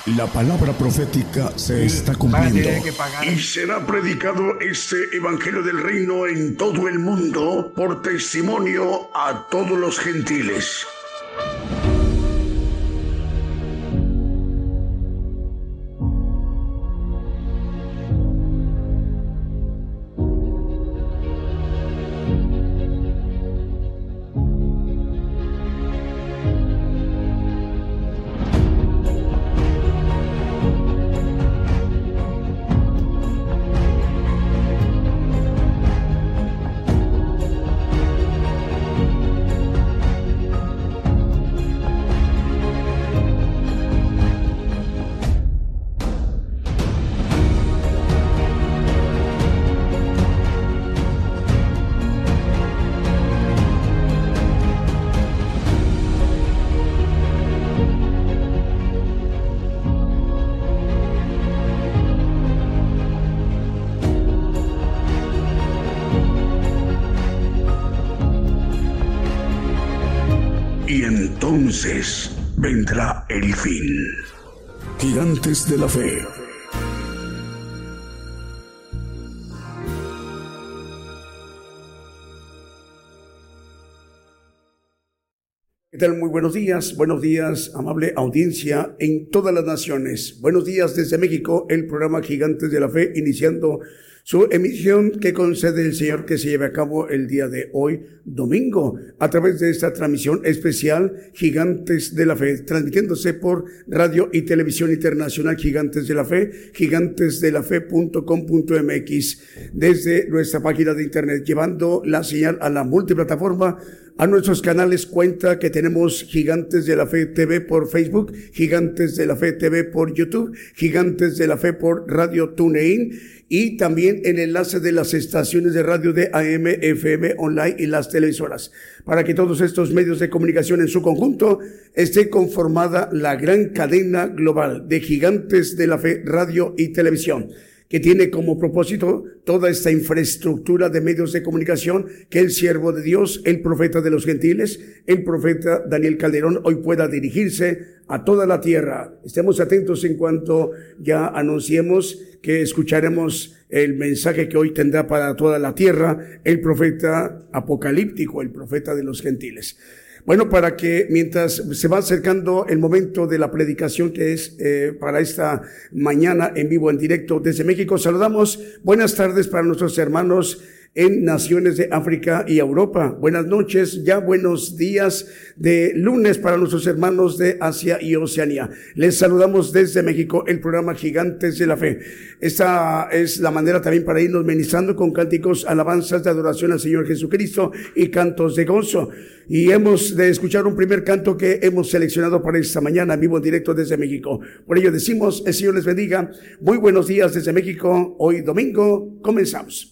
La palabra profética se está cumpliendo. Y será predicado este evangelio del reino en todo el mundo por testimonio a todos los gentiles. Y entonces vendrá el fin. Gigantes de la Fe. ¿Qué tal? Muy buenos días, amable audiencia en todas las naciones. Buenos días desde México, el programa Gigantes de la Fe, iniciando su emisión que concede el Señor que se lleve a cabo el día de hoy, domingo, a través de esta transmisión especial Gigantes de la Fe, transmitiéndose por Radio y Televisión Internacional Gigantes de la Fe, gigantesdelafe.com.mx, desde nuestra página de internet, llevando la señal a la multiplataforma, a nuestros canales. Cuenta que tenemos Gigantes de la Fe TV por Facebook, Gigantes de la Fe TV por YouTube, Gigantes de la Fe por Radio TuneIn, y también el enlace de las estaciones de radio de AM, FM, online y las televisoras. Para que todos estos medios de comunicación en su conjunto esté conformada la gran cadena global de Gigantes de la Fe, radio y televisión, que tiene como propósito toda esta infraestructura de medios de comunicación que el siervo de Dios, el profeta de los gentiles, el profeta Daniel Calderón, hoy pueda dirigirse a toda la tierra. Estemos atentos en cuanto ya anunciemos que escucharemos el mensaje que hoy tendrá para toda la tierra el profeta apocalíptico, el profeta de los gentiles. Bueno, para que mientras se va acercando el momento de la predicación que es para esta mañana en vivo, en directo desde México, saludamos. Buenas tardes para nuestros hermanos en naciones de África y Europa. Buenas noches, ya buenos días de lunes para nuestros hermanos de Asia y Oceanía. Les saludamos desde México, el programa Gigantes de la Fe. Esta es la manera también para irnos ministrando con cánticos, alabanzas de adoración al Señor Jesucristo y cantos de gozo. Y hemos de escuchar un primer canto que hemos seleccionado para esta mañana en vivo en directo desde México. Por ello decimos, el Señor les bendiga. Muy buenos días desde México. Hoy domingo, comenzamos.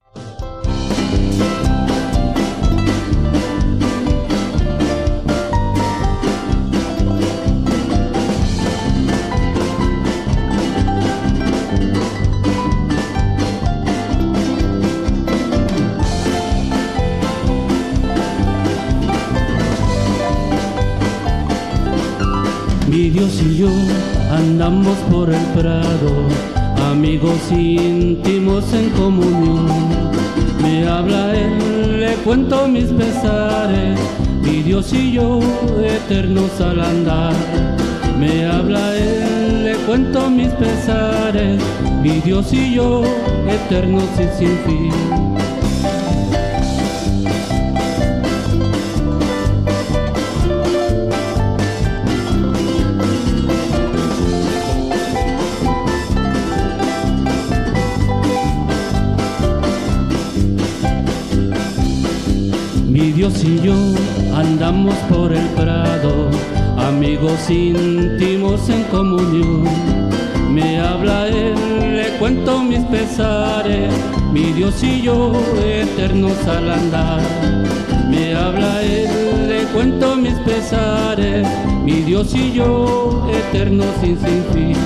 Mi Dios y yo andamos por el prado, amigos íntimos en comunión. Me habla Él, le cuento mis pesares, mi Dios y yo eternos al andar. Me habla Él, le cuento mis pesares, mi Dios y yo eternos y sin fin. Mi Dios y yo andamos por el prado, amigos íntimos en comunión. Me habla Él, le cuento mis pesares, mi Dios y yo eternos al andar. Me habla Él, le cuento mis pesares, mi Dios y yo eternos sin fin.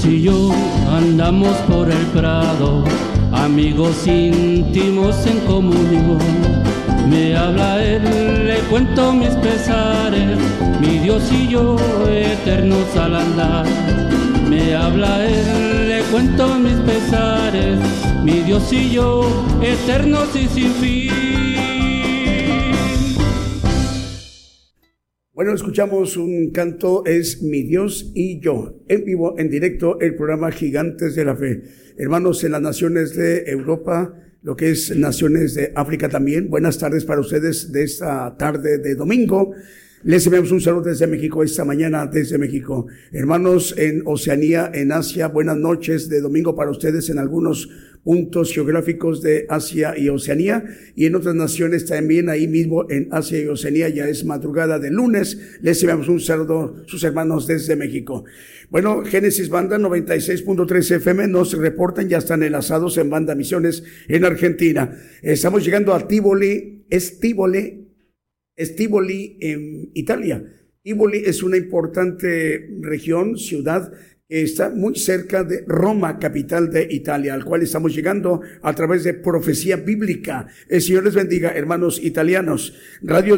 Dios y yo andamos por el prado, amigos íntimos en comunión. Me habla él, le cuento mis pesares, mi Dios y yo eternos al andar. Me habla él, le cuento mis pesares, mi Dios y yo eternos y sin fin. Bueno, escuchamos un canto, es Mi Dios y yo, en vivo, en directo, el programa Gigantes de la Fe. Hermanos en las naciones de Europa, lo que es naciones de África también, buenas tardes para ustedes de esta tarde de domingo. Les enviamos un saludo desde México, esta mañana desde México. Hermanos en Oceanía, en Asia, buenas noches de domingo para ustedes en algunos puntos geográficos de Asia y Oceanía, y en otras naciones también ahí mismo en Asia y Oceanía ya es madrugada de lunes. Les enviamos un saludo sus hermanos desde México. Bueno, Génesis Banda 96.3 FM nos reportan, ya están enlazados en Banda Misiones en Argentina. Estamos llegando a Tivoli en Italia. Tivoli es una importante región, ciudad, que está muy cerca de Roma, capital de Italia, al cual estamos llegando a través de Profecía Bíblica. El Señor les bendiga, hermanos italianos. Radio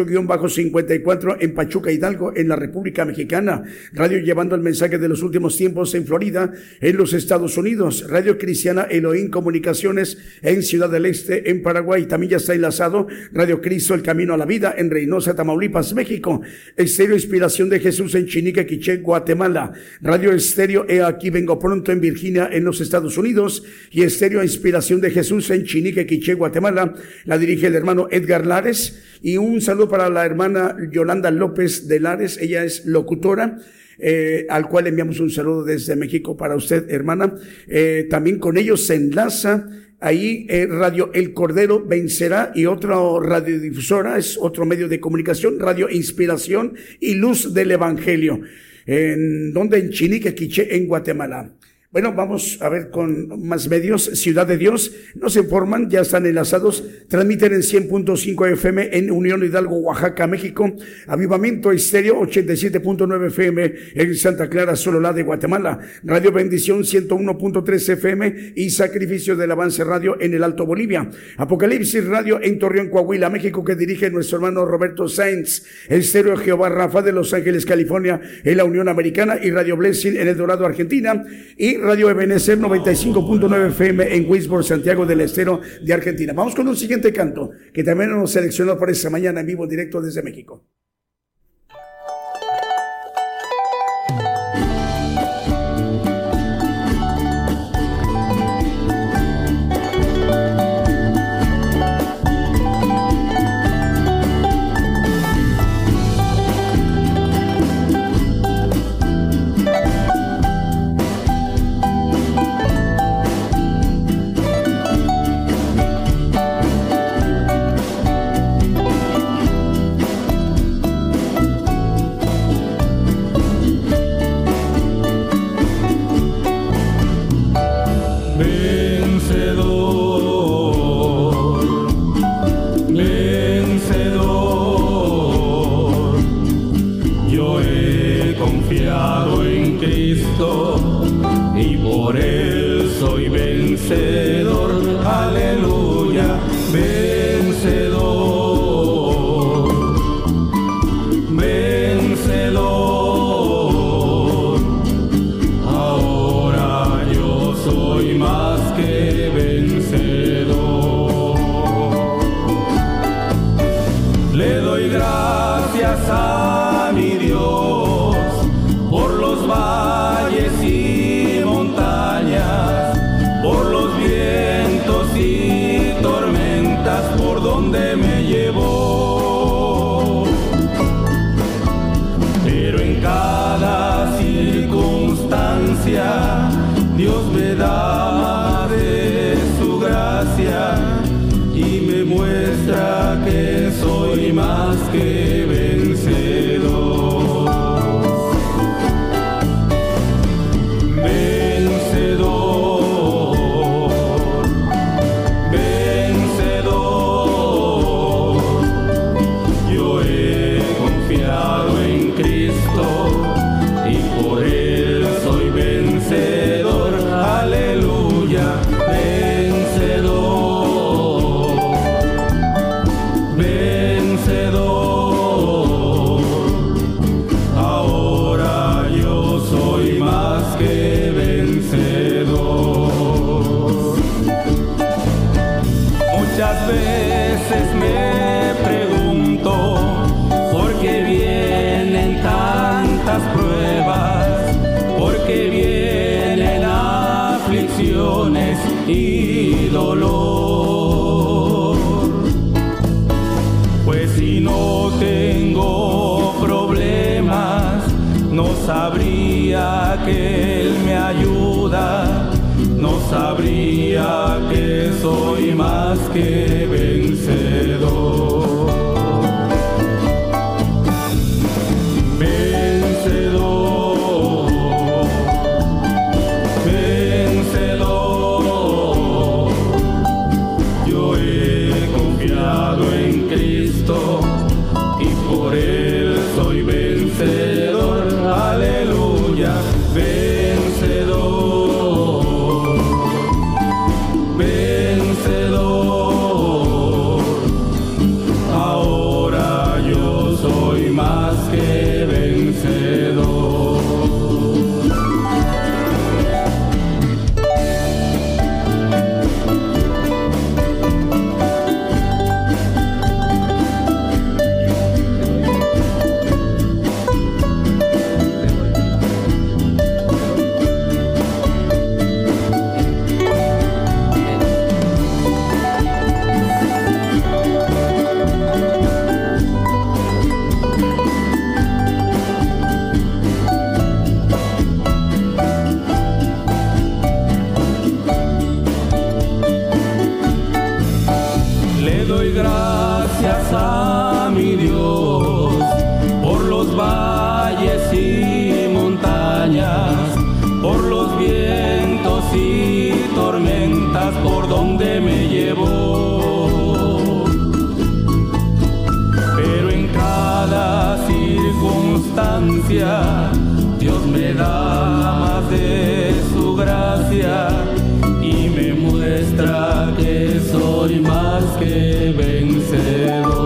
18-54 en Pachuca, Hidalgo, en la República Mexicana. Radio llevando el mensaje de los últimos tiempos en Florida, en los Estados Unidos. Radio Cristiana Elohim Comunicaciones en Ciudad del Este, en Paraguay. También ya está enlazado Radio Cristo, el Camino a la Vida, en Reynosa, Tamaulipas, México. Estéreo Inspiración de Jesús en Chinique, Quiché, Guatemala. Radio Estéreo Aquí Vengo Pronto en Virginia, en los Estados Unidos, y Estéreo Inspiración de Jesús en Chinique, Quiché, Guatemala. La dirige el hermano Edgar Lares, y un saludo para la hermana Yolanda López de Lares, ella es locutora, al cual enviamos un saludo desde México para usted, hermana. También con ellos se enlaza ahí Radio El Cordero Vencerá, y otra radiodifusora, es otro medio de comunicación, Radio Inspiración y Luz del Evangelio. En Chinique, Quiché, en Guatemala. Bueno, vamos a ver con más medios. Ciudad de Dios, nos informan, ya están enlazados, transmiten en 100.5 FM en Unión Hidalgo, Oaxaca, México. Avivamiento Estéreo 87.9 FM en Santa Clara, Sololá de Guatemala. Radio Bendición 101.3 FM y Sacrificio del Avance Radio en el Alto Bolivia. Apocalipsis Radio en Torreón, Coahuila, México, que dirige nuestro hermano Roberto Sáenz. Estéreo Jehová Rafa de Los Ángeles, California, en la Unión Americana, y Radio Blessing en El Dorado, Argentina, y Radio Ebenecer 95.9 FM en Wisborne, Santiago del Estero de Argentina. Vamos con un siguiente canto que también nos seleccionó por esta mañana en vivo directo desde México. Cristo y por él soy vencedor. aflicciones y dolor. Pues si no tengo problemas, no sabría que Él me ayuda, no sabría que soy más que vencedor. Y por Él soy vencedor, aleluya, vencedor, vencedor. Ahora yo soy más que vencedor. A mi Dios por los valles y montañas, por los vientos y tormentas por donde me llevó. Pero en cada circunstancia Dios me da más de su gracia y me muestra que soy más que vencedor.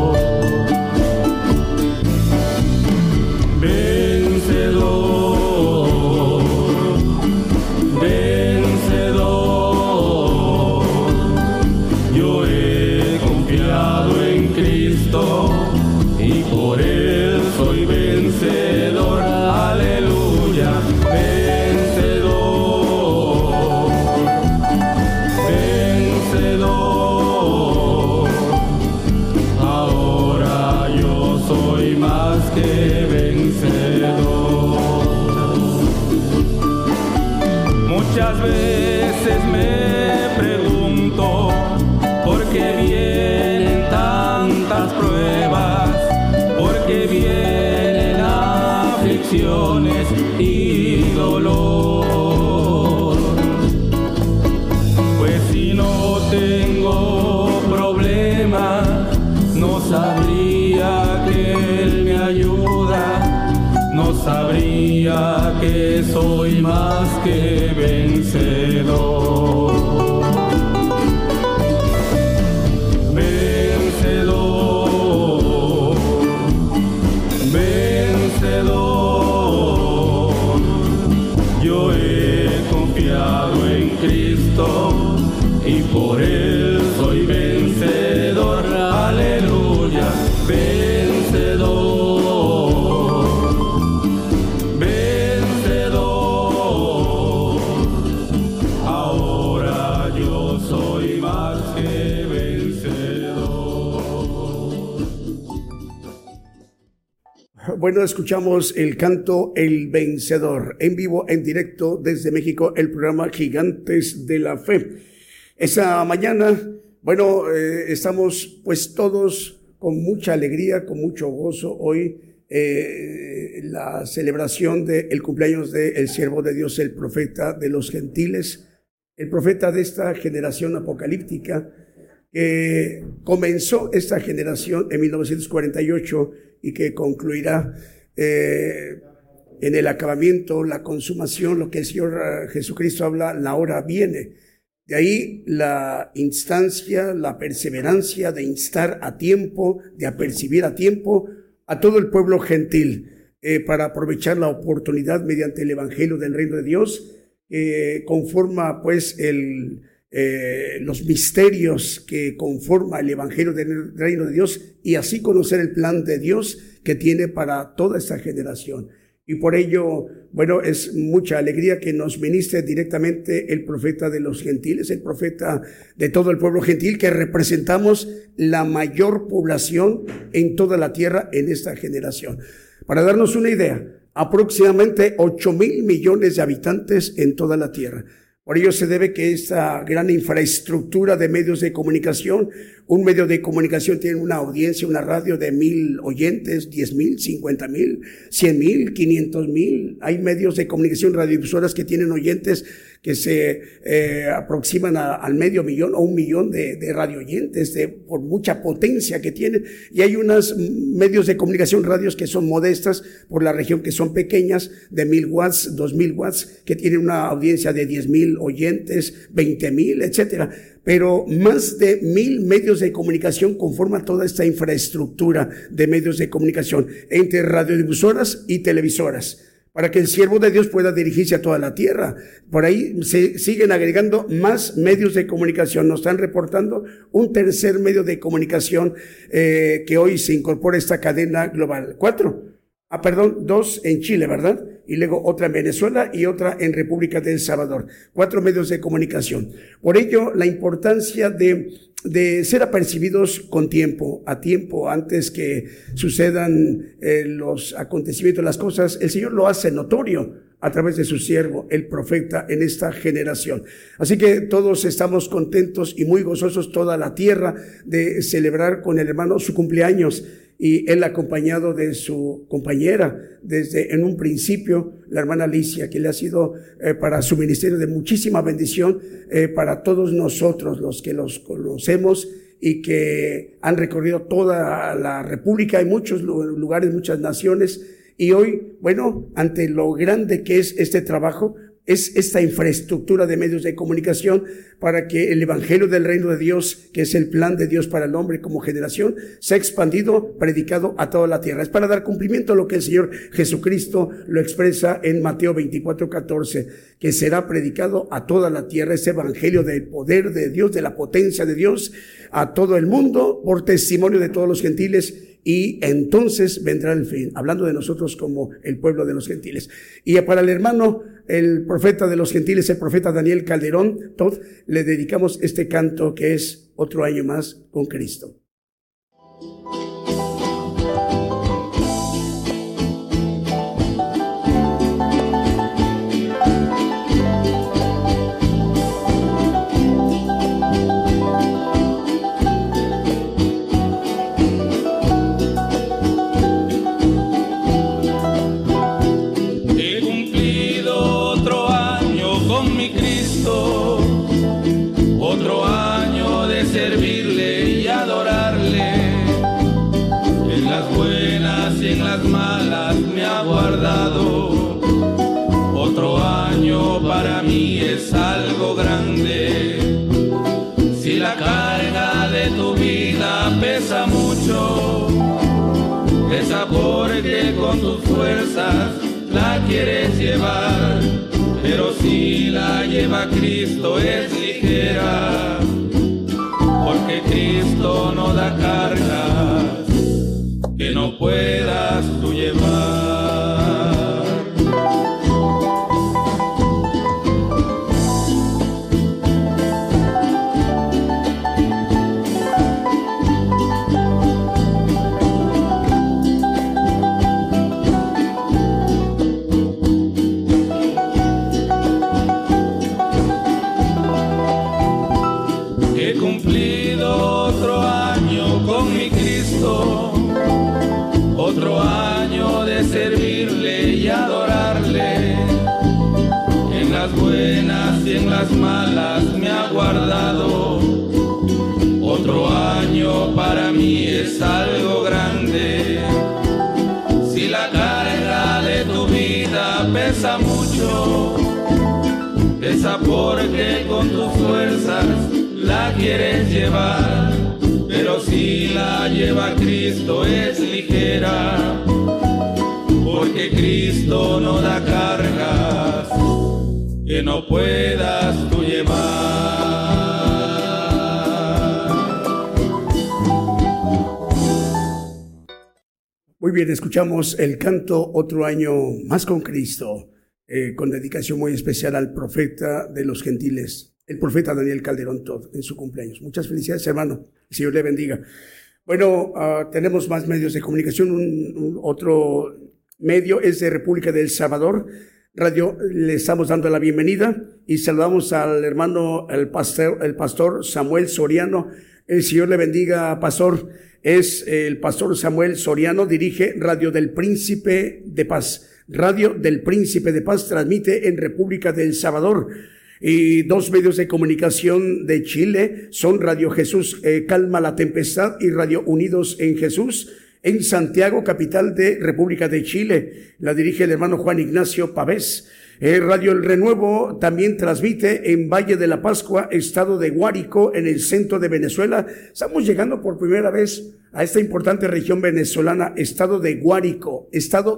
Vencedor, vencedor. Yo he confiado en Cristo y por Él soy vencedor. Aleluya, vencedor, vencedor. Ahora yo soy más que vencedor. Muchas veces me pregunto por qué vienen tantas pruebas, por qué vienen aflicciones y dolor. Pues si no tengo problemas, no sabría que Él me ayuda, no sabría que soy más que vencedor. Vencedor, vencedor. Yo he confiado en Cristo y por Él soy vencedor. Aleluya, vencedor, vencedor. Ahora yo soy más que vencedor. Bueno, escuchamos el canto El Vencedor, en vivo, en directo desde México, el programa Gigantes de la Fe. Esa mañana, bueno, estamos pues todos con mucha alegría, con mucho gozo hoy, la celebración del cumpleaños del siervo de Dios, el profeta de los gentiles, el profeta de esta generación apocalíptica, que comenzó esta generación en 1948 y que concluirá en el acabamiento, la consumación, lo que el Señor Jesucristo habla, la hora viene. De ahí la instancia, la perseverancia de instar a tiempo, de apercibir a tiempo a todo el pueblo gentil para aprovechar la oportunidad mediante el Evangelio del Reino de Dios, conforma pues los misterios que conforma el Evangelio del Reino de Dios y así conocer el plan de Dios que tiene para toda esta generación. Y por ello, bueno, es mucha alegría que nos ministre directamente el profeta de los gentiles, el profeta de todo el pueblo gentil, que representamos la mayor población en toda la tierra en esta generación. Para darnos una idea, aproximadamente 8,000 millones de habitantes en toda la tierra. Por ello se debe que esta gran infraestructura de medios de comunicación, un medio de comunicación tiene una audiencia, una radio de 1,000 oyentes, 10,000, 50,000, 100,000, 500,000. Hay medios de comunicación, radiodifusoras que tienen oyentes que se aproximan al 500,000 o 1,000,000 de radio oyentes, por mucha potencia que tienen. Y hay unos medios de comunicación, radios que son modestas por la región, que son pequeñas, de 1,000 watts, 2,000 watts, que tienen una audiencia de 10,000 oyentes, 20,000, etcétera. Pero más de 1,000 medios de comunicación conforman toda esta infraestructura de medios de comunicación entre radiodifusoras y televisoras, para que el siervo de Dios pueda dirigirse a toda la tierra. Por ahí se siguen agregando más medios de comunicación. Nos están reportando un tercer medio de comunicación que hoy se incorpora a esta cadena global. 2 en Chile, ¿verdad? Y luego otra en Venezuela y otra en República del Salvador. 4 medios de comunicación. Por ello, la importancia de ser apercibidos con tiempo, a tiempo, antes que sucedan los acontecimientos, las cosas. El Señor lo hace notorio a través de su siervo, el profeta, en esta generación. Así que todos estamos contentos y muy gozosos, toda la tierra, de celebrar con el hermano su cumpleaños. Y él acompañado de su compañera desde en un principio, la hermana Alicia, que le ha sido para su ministerio de muchísima bendición para todos nosotros, los que los conocemos y que han recorrido toda la República, hay muchos lugares, muchas naciones. Y hoy, bueno, ante lo grande que es este trabajo, es esta infraestructura de medios de comunicación para que el evangelio del reino de Dios, que es el plan de Dios para el hombre como generación, sea expandido, predicado a toda la tierra. Es para dar cumplimiento a lo que el Señor Jesucristo lo expresa en Mateo 24:14, que será predicado a toda la tierra, ese evangelio del poder de Dios, de la potencia de Dios, a todo el mundo, por testimonio de todos los gentiles. Y entonces vendrá el fin, hablando de nosotros como el pueblo de los gentiles. Y para el hermano, el profeta de los gentiles, el profeta Daniel Calderón, le dedicamos este canto que es Otro año más con Cristo. Guardado. Otro año para mí es algo grande. Si la carga de tu vida pesa mucho, pesa porque con tus fuerzas la quieres llevar, pero si la lleva Cristo es ligera, porque Cristo no da cargas que no puedas tú llevar. He cumplido otro año con mi Cristo, otro año de servirle y adorarle. En las buenas y en las malas me ha guardado. Otro año para mí es algo grande. Si la carga de tu vida pesa mucho, pesa porque con tus fuerzas la quieres llevar, pero si la lleva Cristo es ligera, porque Cristo no da cargas que no puedas tú llevar. Muy bien, escuchamos el canto Otro Año Más con Cristo, con dedicación muy especial al profeta de los gentiles, el profeta Daniel Calderón Todd, en su cumpleaños. Muchas felicidades, hermano. El Señor le bendiga. Bueno, tenemos más medios de comunicación. Otro medio es de República del Salvador. Radio, le estamos dando la bienvenida y saludamos al hermano, el pastor Samuel Soriano. El Señor le bendiga, pastor. Es el pastor Samuel Soriano, dirige Radio del Príncipe de Paz. Radio del Príncipe de Paz transmite en República del Salvador. Y dos medios de comunicación de Chile son Radio Jesús Calma la Tempestad y Radio Unidos en Jesús. En Santiago, capital de República de Chile, la dirige el hermano Juan Ignacio Pavés. Radio El Renuevo también transmite en Valle de la Pascua, estado de Guárico, en el centro de Venezuela. Estamos llegando por primera vez a esta importante región venezolana, estado de Guárico,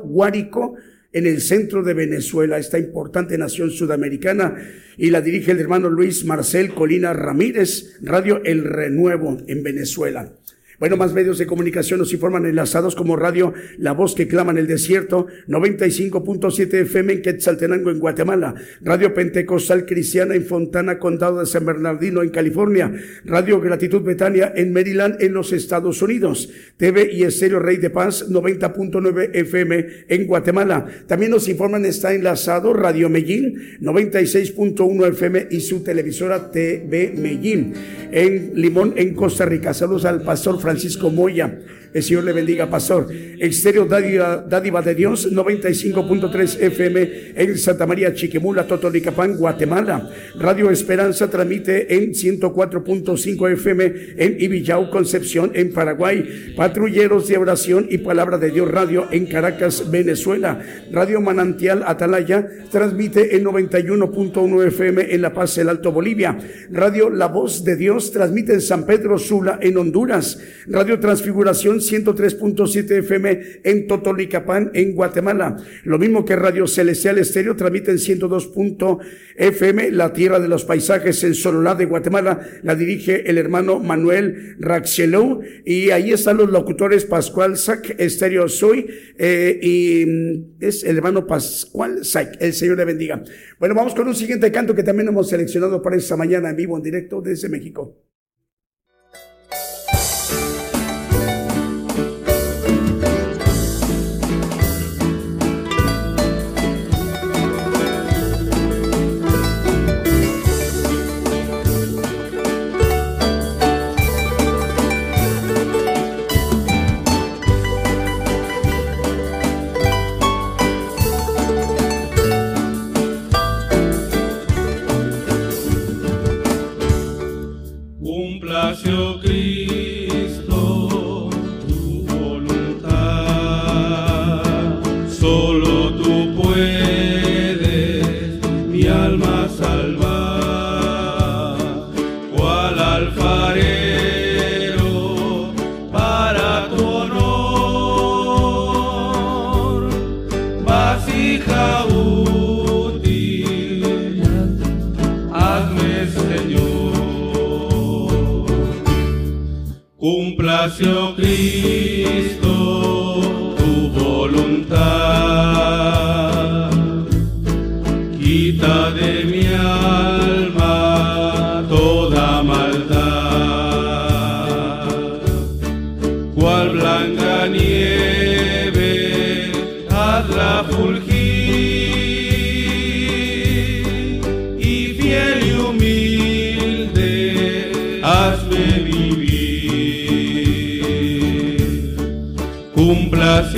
en el centro de Venezuela, esta importante nación sudamericana, y la dirige el hermano Luis Marcel Colina Ramírez. Radio El Renuevo en Venezuela. Bueno, más medios de comunicación nos informan enlazados como Radio La Voz que Clama en el Desierto, 95.7 FM en Quetzaltenango, en Guatemala. Radio Pentecostal Cristiana en Fontana, Condado de San Bernardino, en California. Radio Gratitud Betania en Maryland, en los Estados Unidos. TV y Estéreo Rey de Paz, 90.9 FM en Guatemala. También nos informan, está enlazado Radio Medellín, 96.1 FM y su televisora TV Medellín, en Limón, en Costa Rica. Saludos al pastor Francisco Moya. El Señor le bendiga, pastor. Estéreo Dádiva de Dios, 95.3 FM en Santa María Chiquimula, Totonicapán, Guatemala. Radio Esperanza transmite en 104.5 FM en Ibillau, Concepción, en Paraguay. Patrulleros de Oración y Palabra de Dios Radio en Caracas, Venezuela. Radio Manantial Atalaya transmite en 91.1 FM en La Paz, el Alto Bolivia. Radio La Voz de Dios transmite en San Pedro Sula, en Honduras. Radio Transfiguración 103.7 FM en Totonicapán, en Guatemala. Lo mismo que Radio Celestial Estéreo transmite en 102. FM La Tierra de los Paisajes en Sololá de Guatemala. La dirige el hermano Manuel Raxelou, y ahí están los locutores Pascual Sac, Estéreo Soy, y es el hermano Pascual Sac. El Señor le bendiga. Bueno, vamos con un siguiente canto que también hemos seleccionado para esta mañana en vivo, en directo desde México. Cumpla, Cristo, tu voluntad. Solo tú puedes mi alma salvar. Cual alfarero para tu honor, vasija útil, hazme, Señor. Cumpla, Cristo, tu voluntad. Quita de mi alma toda maldad. Cual blanca nieve, hazla fulgir, y fiel y humilde, hazme vivir. Cumpla,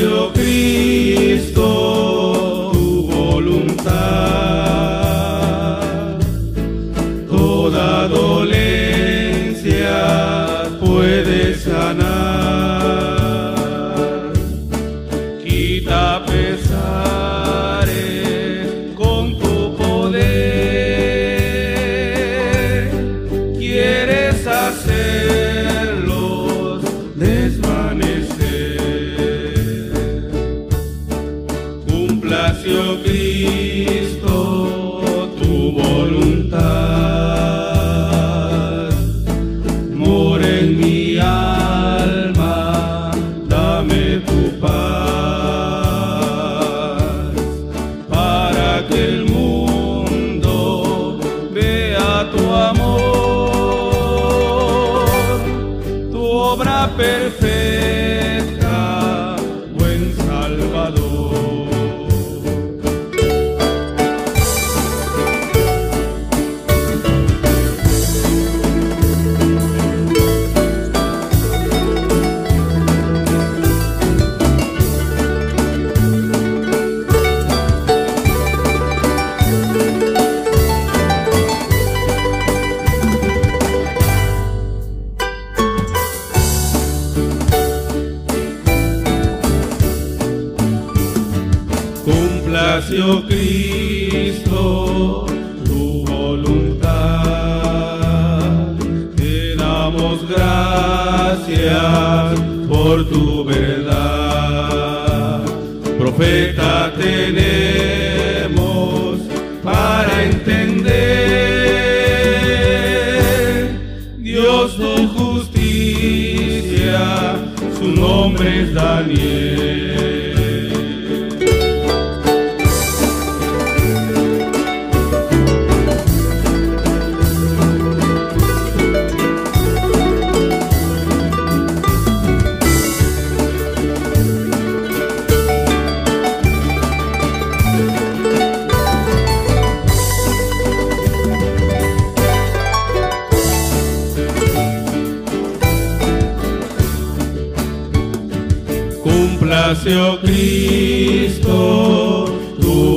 Cristo, tu voluntad. Toda dolencia puedes sanar. Quita pesares con tu poder. Quieres hacerlos desvanecer. Cumpla, Cristo, tu voluntad. obra perfecta, buen Salvador. Oh Cristo, tu voluntad, te damos gracias por tu verdad. Profeta tenemos para entender, Dios tu justicia, su nombre es Daniel. Oh Cristo, tu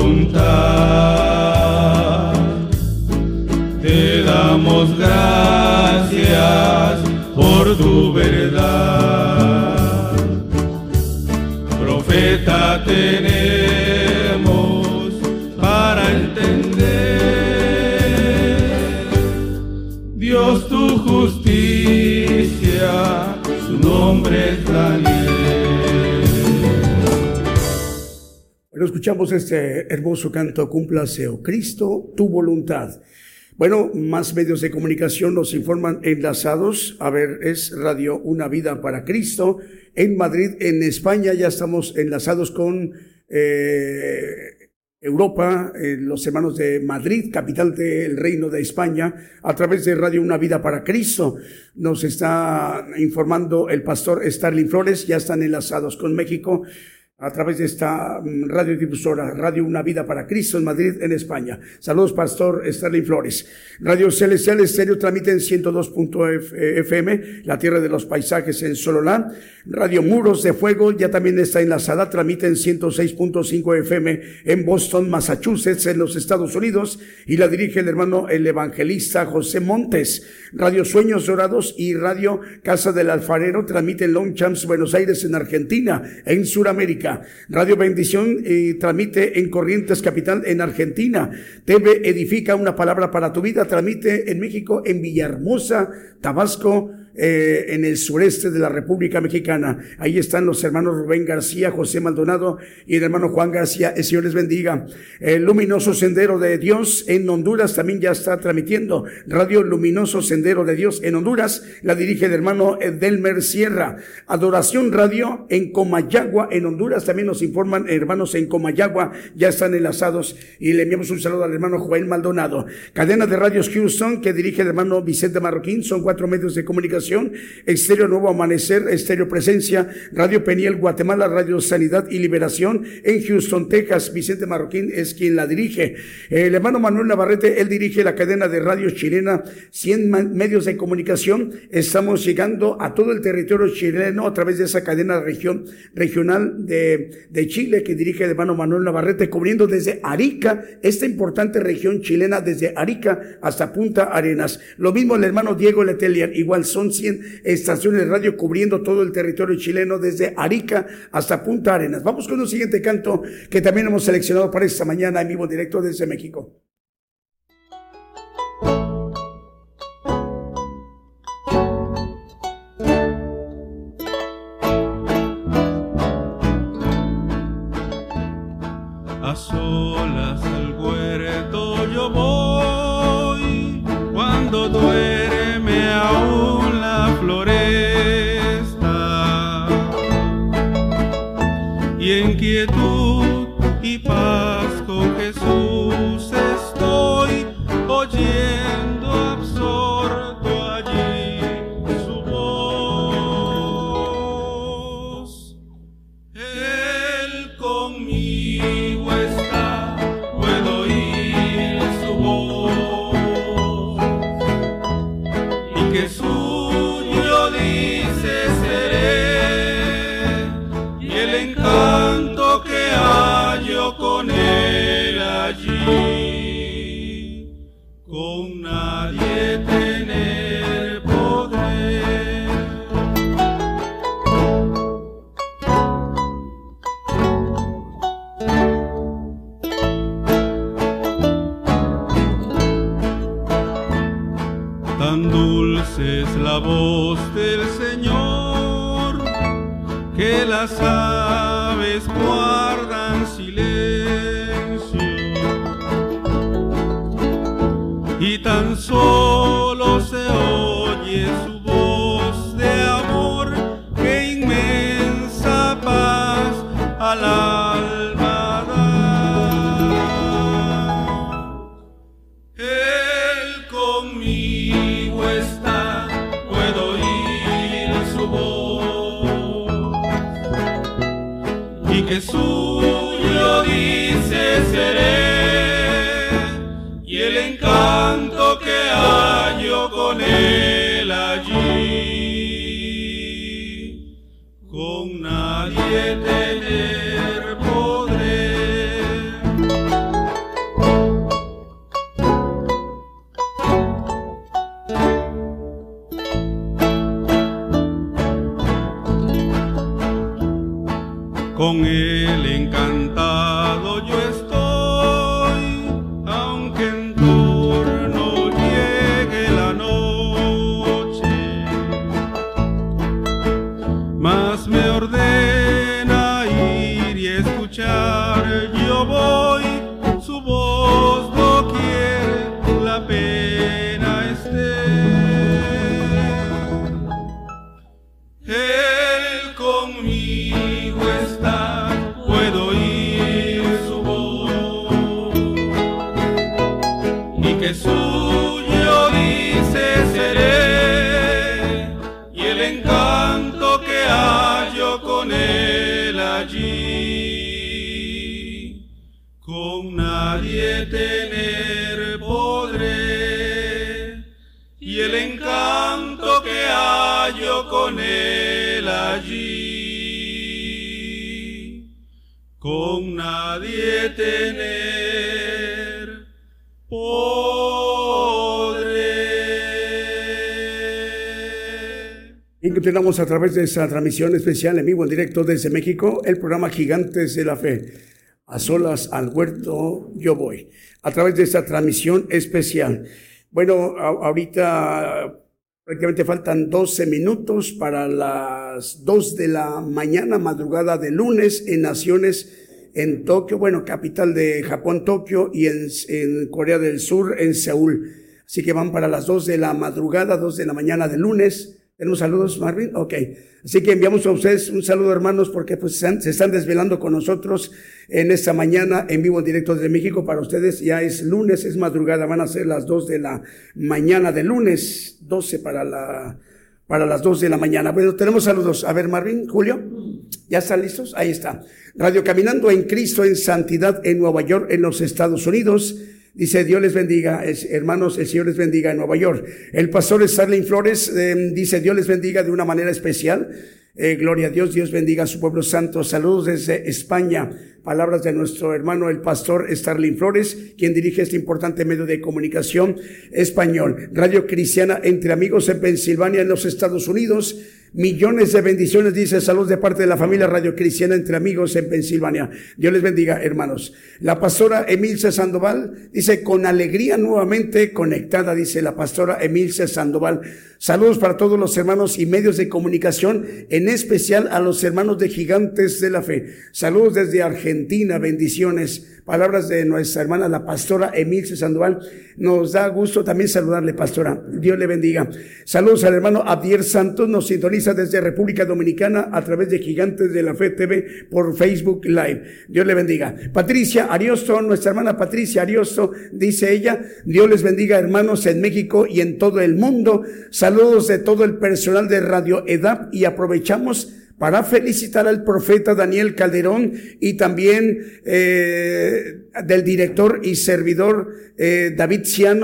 voluntad, te damos gracias por tu verdad. Profeta tenemos para entender, Dios tu justicia, su nombre es Daniel. Escuchamos este hermoso canto, Cúmplase, oh Cristo, tu voluntad. Bueno, más medios de comunicación nos informan enlazados. A ver, es Radio Una Vida para Cristo. En Madrid, en España, ya estamos enlazados con Europa, los hermanos de Madrid, capital del Reino de España, a través de Radio Una Vida para Cristo. Nos está informando el pastor Starling Flores, ya están enlazados con México a través de esta radiodifusora, Radio Una Vida para Cristo en Madrid, en España. Saludos, pastor Starling Flores. Radio Celestial Estéreo transmite en 102.fm, La Tierra de los Paisajes en Sololá. Radio Muros de Fuego ya también está enlazada, transmite en 106.5 FM en Boston, Massachusetts, en los Estados Unidos, y la dirige el hermano, el evangelista José Montes. Radio Sueños Dorados y Radio Casa del Alfarero transmite en Longchamps, Buenos Aires, en Argentina, en Sudamérica. Radio Bendición transmite en Corrientes Capital, en Argentina. TV Edifica, una palabra para tu vida, transmite en México, en Villahermosa, Tabasco, en el sureste de la República Mexicana. Ahí están los hermanos Rubén García, José Maldonado y el hermano Juan García. El Señor les bendiga. El Luminoso Sendero de Dios en Honduras también ya está transmitiendo. Radio Luminoso Sendero de Dios en Honduras, la dirige el hermano Delmer Sierra. Adoración Radio en Comayagua, en Honduras, también nos informan hermanos en Comayagua, ya están enlazados, y le enviamos un saludo al hermano Joel Maldonado. Cadena de Radios Houston, que dirige el hermano Vicente Marroquín, son 4 medios de comunicación: Estéreo Nuevo Amanecer, Estéreo Presencia, Radio Peniel Guatemala, Radio Sanidad y Liberación en Houston, Texas. Vicente Marroquín es quien la dirige. El hermano Manuel Navarrete, él dirige la cadena de radio chilena, 100 medios de comunicación. Estamos llegando a todo el territorio chileno a través de esa cadena regional de Chile, que dirige el hermano Manuel Navarrete, cubriendo desde Arica, esta importante región chilena, desde Arica hasta Punta Arenas. Lo mismo el hermano Diego Letelier, igual son 100 estaciones de radio cubriendo todo el territorio chileno, desde Arica hasta Punta Arenas. Vamos con un siguiente canto que también hemos seleccionado para esta mañana en vivo directo desde México. A solas al huerto yo voy, cuando duerme aún la floresta, y en quietud y paz con Jesús estoy, oyendo absorto allí su voz. que suyo dice seré, y el encanto que hallo con él allí, con nadie tener podré. Tan dulce es la voz del Señor, que las aves guardan silencio, y tan solo se oye su voz de amor, que inmensa paz al alma da. Él conmigo está, puedo oír su voz, y que suyo dice seré, y el encanto que hallo con él allí, con nadie tener podré. Con él encantado yo estoy, aunque en torno llegue la noche, mas me ordena ir y escuchar, yo voy, su voz doquier la pena esté. Él conmigo está, puedo oír su voz, y que suyo dice seré, y el encanto que hallo con él allí, con nadie tener podré, y el encanto que hallo con él allí, con nadie tener podré. Y continuamos a través de esta transmisión especial en vivo, en directo desde México, el programa Gigantes de la Fe. A solas al huerto yo voy, a través de esta transmisión especial. Bueno, ahorita prácticamente faltan 12 minutos para las 2 de la mañana, madrugada de lunes, en naciones en Tokio, bueno, capital de Japón, Tokio, y en Corea del Sur, en Seúl. Así que van para las 2 de la madrugada, 2 de la mañana de lunes. ¿Tenemos saludos, Marvin? Ok. Así que enviamos a ustedes un saludo, hermanos, porque pues se están desvelando con nosotros en esta mañana en vivo, en directo desde México. Para ustedes ya es lunes, es madrugada, van a ser las 2 de la mañana de lunes, 12 para las 2 de la mañana. Bueno, tenemos saludos. A ver, Marvin, Julio, ¿ya están listos? Ahí está. Radio Caminando en Cristo en Santidad en Nueva York, en los Estados Unidos. Dice, Dios les bendiga, hermanos, el Señor les bendiga en Nueva York. El pastor Starling Flores dice, Dios les bendiga de una manera especial. Gloria a Dios, Dios bendiga a su pueblo santo. Saludos desde España. Palabras de nuestro hermano el pastor Starling Flores, quien dirige este importante medio de comunicación español. Radio Cristiana Entre Amigos en Pensilvania, en los Estados Unidos. Millones de bendiciones, dice, saludos de parte de la familia Radio Cristiana Entre Amigos en Pensilvania. Dios les bendiga, hermanos. La pastora Emilce Sandoval dice, con alegría nuevamente conectada, dice la pastora Emilce Sandoval. Saludos para todos los hermanos y medios de comunicación, en especial a los hermanos de Gigantes de la Fe. Saludos desde Argentina, bendiciones. Palabras de nuestra hermana, la pastora Emilce Sandoval. Nos da gusto también saludarle, pastora. Dios le bendiga. Saludos al hermano Abdiel Santos, nos sintoniza desde República Dominicana a través de Gigantes de la Fe TV por Facebook Live. Dios le bendiga. Patricia Ariosto, nuestra hermana Patricia Ariosto, dice ella, Dios les bendiga, hermanos, en México y en todo el mundo. Saludos de todo el personal de Radio EDAP, y aprovechamos para felicitar al profeta Daniel Calderón y también del director y servidor David Ciano,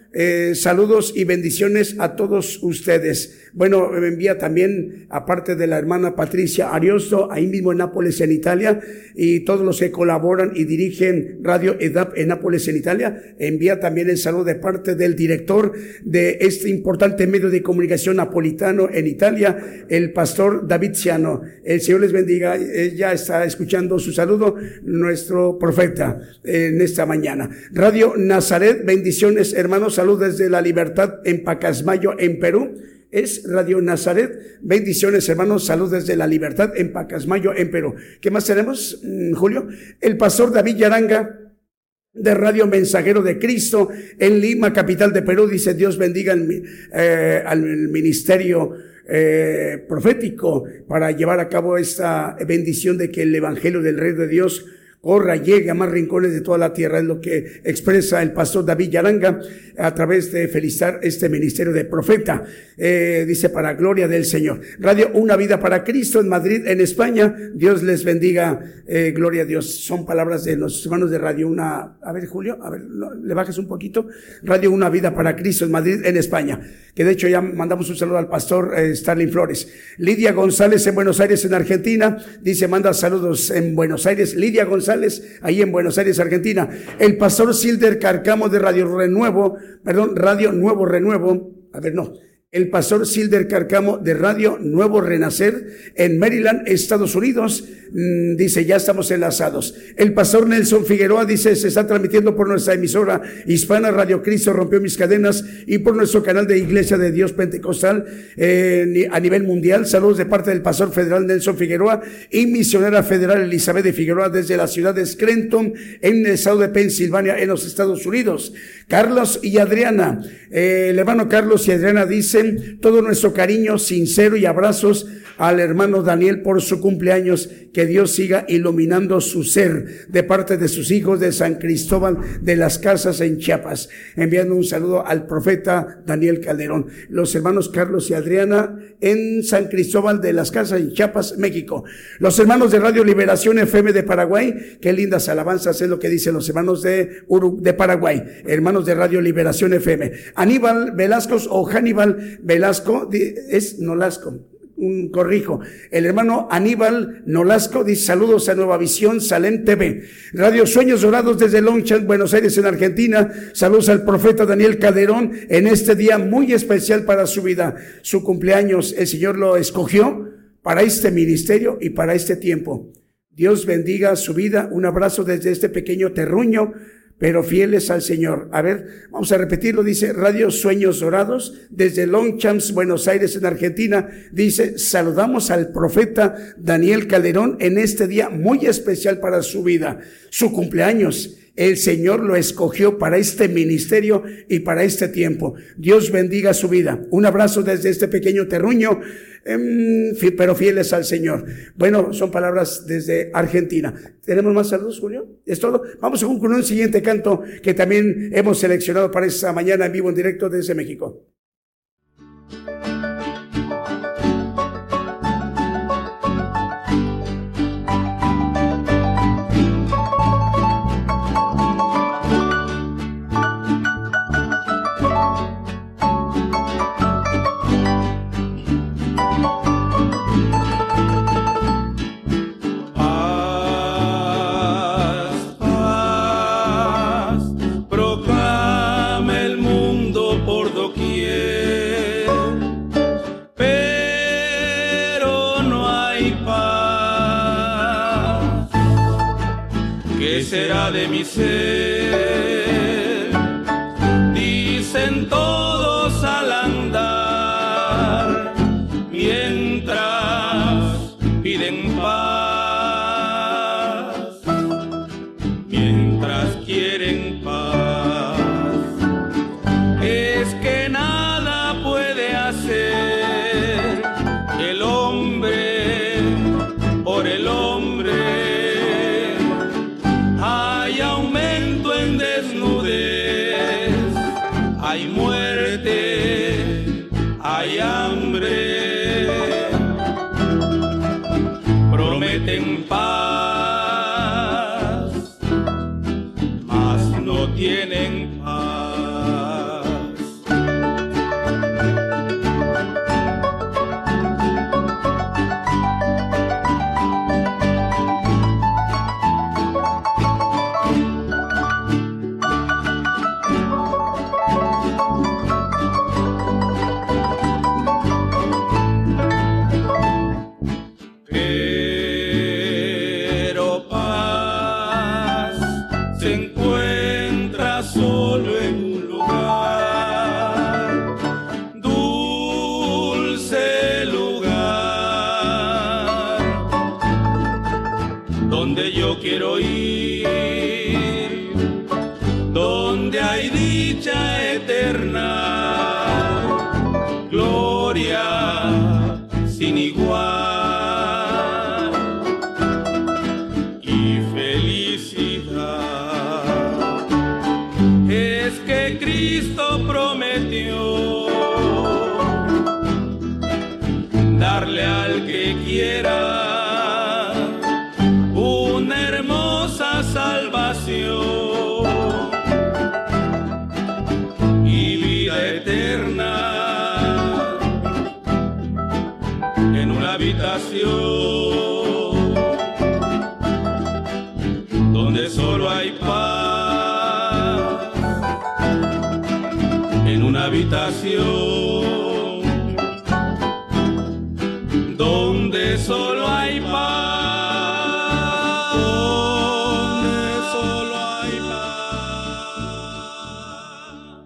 Saludos y bendiciones a todos ustedes. Bueno, me envía también, aparte de la hermana Patricia Ariosto, ahí mismo en Nápoles, en Italia, y todos los que colaboran y dirigen Radio EDAP en Nápoles, en Italia, envía también el saludo de parte del director de este importante medio de comunicación napolitano en Italia, el pastor David Ciano. El Señor les bendiga. Ya está escuchando su saludo nuestro profeta en esta mañana. Radio Nazaret, bendiciones hermanos, salud desde La Libertad en Pacasmayo, en Perú. Es Radio Nazaret, bendiciones hermanos, salud desde La Libertad en Pacasmayo, en Perú. ¿Qué más tenemos, Julio? El pastor David Yaranga de Radio Mensajero de Cristo en Lima, capital de Perú, dice: Dios bendiga al ministerio profético para llevar a cabo esta bendición de que el evangelio del Reino de Dios corra, llegue a más rincones de toda la tierra. Es lo que expresa el pastor David Yaranga a través de felicitar este ministerio de profeta. Dice: para gloria del Señor. Radio Una Vida para Cristo en Madrid, en España. Dios les bendiga. Gloria a Dios. Son palabras de los hermanos de Radio Una. A ver, Julio, a ver, le bajes un poquito. Radio Una Vida para Cristo en Madrid, en España. Que de hecho ya mandamos un saludo al pastor Starling Flores. Lidia González en Buenos Aires, en Argentina. Dice: manda saludos en Buenos Aires. Lidia González, ahí en Buenos Aires, Argentina. El pastor Silder Carcamo de Radio Nuevo Renuevo. El pastor Silder Carcamo de Radio Nuevo Renacer en Maryland, Estados Unidos, dice: ya estamos enlazados. El pastor Nelson Figueroa dice: se está transmitiendo por nuestra emisora hispana Radio Cristo Rompió Mis Cadenas y por nuestro canal de Iglesia de Dios Pentecostal a nivel mundial. Saludos de parte del pastor federal Nelson Figueroa y misionera federal Elizabeth de Figueroa desde la ciudad de Scranton, en el estado de Pensilvania, en los Estados Unidos. Carlos y Adriana, el hermano Carlos y Adriana dicen: todo nuestro cariño sincero y abrazos al hermano Daniel por su cumpleaños. Que Dios siga iluminando su ser, de parte de sus hijos de San Cristóbal de las Casas en Chiapas. Enviando un saludo al profeta Daniel Calderón. Los hermanos Carlos y Adriana en San Cristóbal de las Casas en Chiapas, México. Los hermanos de Radio Liberación FM de Paraguay. Qué lindas alabanzas es lo que dicen los hermanos de Paraguay. Hermanos de Radio Liberación FM. Aníbal Velasco o Hannibal Velasco, es Nolasco. Corrijo, el hermano Aníbal Nolasco dice: saludos a Nueva Visión Salem TV. Radio Sueños Dorados desde Longchamp, Buenos Aires, en Argentina. Saludos al profeta Daniel Calderón en este día muy especial para su vida, su cumpleaños. El Señor lo escogió para este ministerio y para este tiempo. Dios bendiga su vida. Un abrazo desde este pequeño terruño, pero fieles al Señor. A ver, vamos a repetirlo. Dice: Radio Sueños Dorados desde Longchamp, Buenos Aires, en Argentina. Dice: saludamos al profeta Daniel Calderón en este día muy especial para su vida, su cumpleaños. El Señor lo escogió para este ministerio y para este tiempo. Dios bendiga su vida. Un abrazo desde este pequeño terruño, pero fieles al Señor. Bueno, son palabras desde Argentina. ¿Tenemos más saludos, Julio? ¿Es todo? Vamos con un siguiente canto que también hemos seleccionado para esta mañana en vivo, en directo desde México. De mi ser, dicen todos al andar, mientras piden paz, mientras quieren paz. Es que nada puede hacer el hombre por el hombre. Hay aumento en desnudez, hay muerte quiero ir donde hay dicha eterna, gloria sin igual y felicidad. Es que Cristo prometió darle al que quiera una hermosa salvación y vida eterna en una habitación donde solo hay paz, en una habitación donde solo hay paz, donde solo hay paz.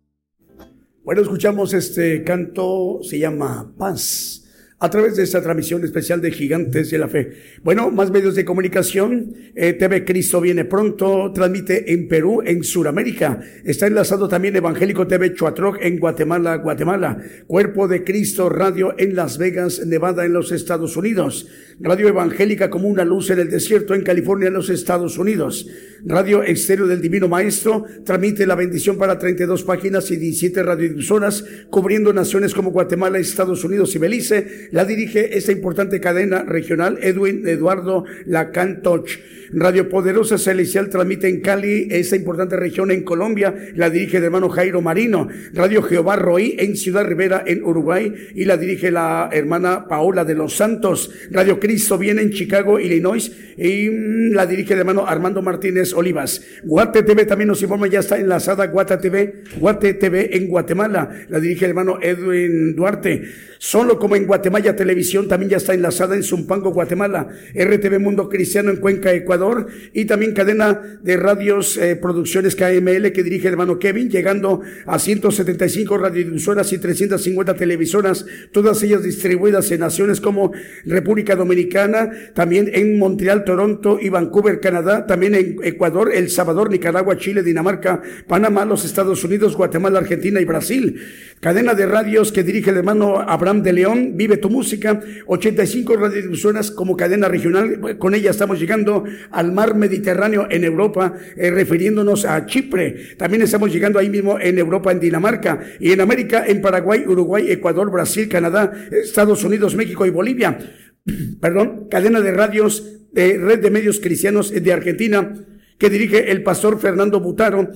Bueno, escuchamos este canto, se llama Paz, a través de esta transmisión especial de Gigantes de la Fe. Bueno, más medios de comunicación. TV Cristo viene pronto, transmite en Perú, en Sudamérica. Está enlazado también Evangélico TV Chuatroc en Guatemala. Cuerpo de Cristo Radio en Las Vegas, Nevada, en los Estados Unidos. Radio Evangélica como una luz en el desierto en California, en los Estados Unidos. Radio Estéreo del Divino Maestro transmite la bendición para 32 páginas y 17 radiodifusoras, cubriendo naciones como Guatemala, Estados Unidos y Belice. La dirige esta importante cadena regional Edwin Eduardo Lacantoch. Radio Poderosa Celestial transmite en Cali, esta importante región en Colombia. La dirige el hermano Jairo Marino. Radio Jehová Roí en Ciudad Rivera, en Uruguay, y la dirige la hermana Paola de los Santos. Radio Cristo viene en Chicago, Illinois, y la dirige el hermano Armando Martínez Olivas. Guate TV también nos informa, ya está enlazada Guate TV en Guatemala. La dirige el hermano Edwin Duarte. Solo como en Guatemala Televisión también ya está enlazada en Zumpango, Guatemala. RTV Mundo Cristiano en Cuenca, Ecuador, y también cadena de radios Producciones KML que dirige el hermano Kevin, llegando a 175 radiodifusoras y 350 televisoras, todas ellas distribuidas en naciones como República Dominicana, también en Montreal, Toronto y Vancouver, Canadá, también en Ecuador, El Salvador, Nicaragua, Chile, Dinamarca, Panamá, los Estados Unidos, Guatemala, Argentina y Brasil. Cadena de radios que dirige el hermano Abraham de León, Vive tu Música, 85 radiodifusoras como cadena regional. Con ella estamos llegando al mar Mediterráneo en Europa, refiriéndonos a Chipre. También estamos llegando ahí mismo en Europa, en Dinamarca, y en América, en Paraguay, Uruguay, Ecuador, Brasil, Canadá, Estados Unidos, México y Bolivia. Cadena de radios de Red de Medios Cristianos de Argentina, que dirige el pastor Fernando Butaro,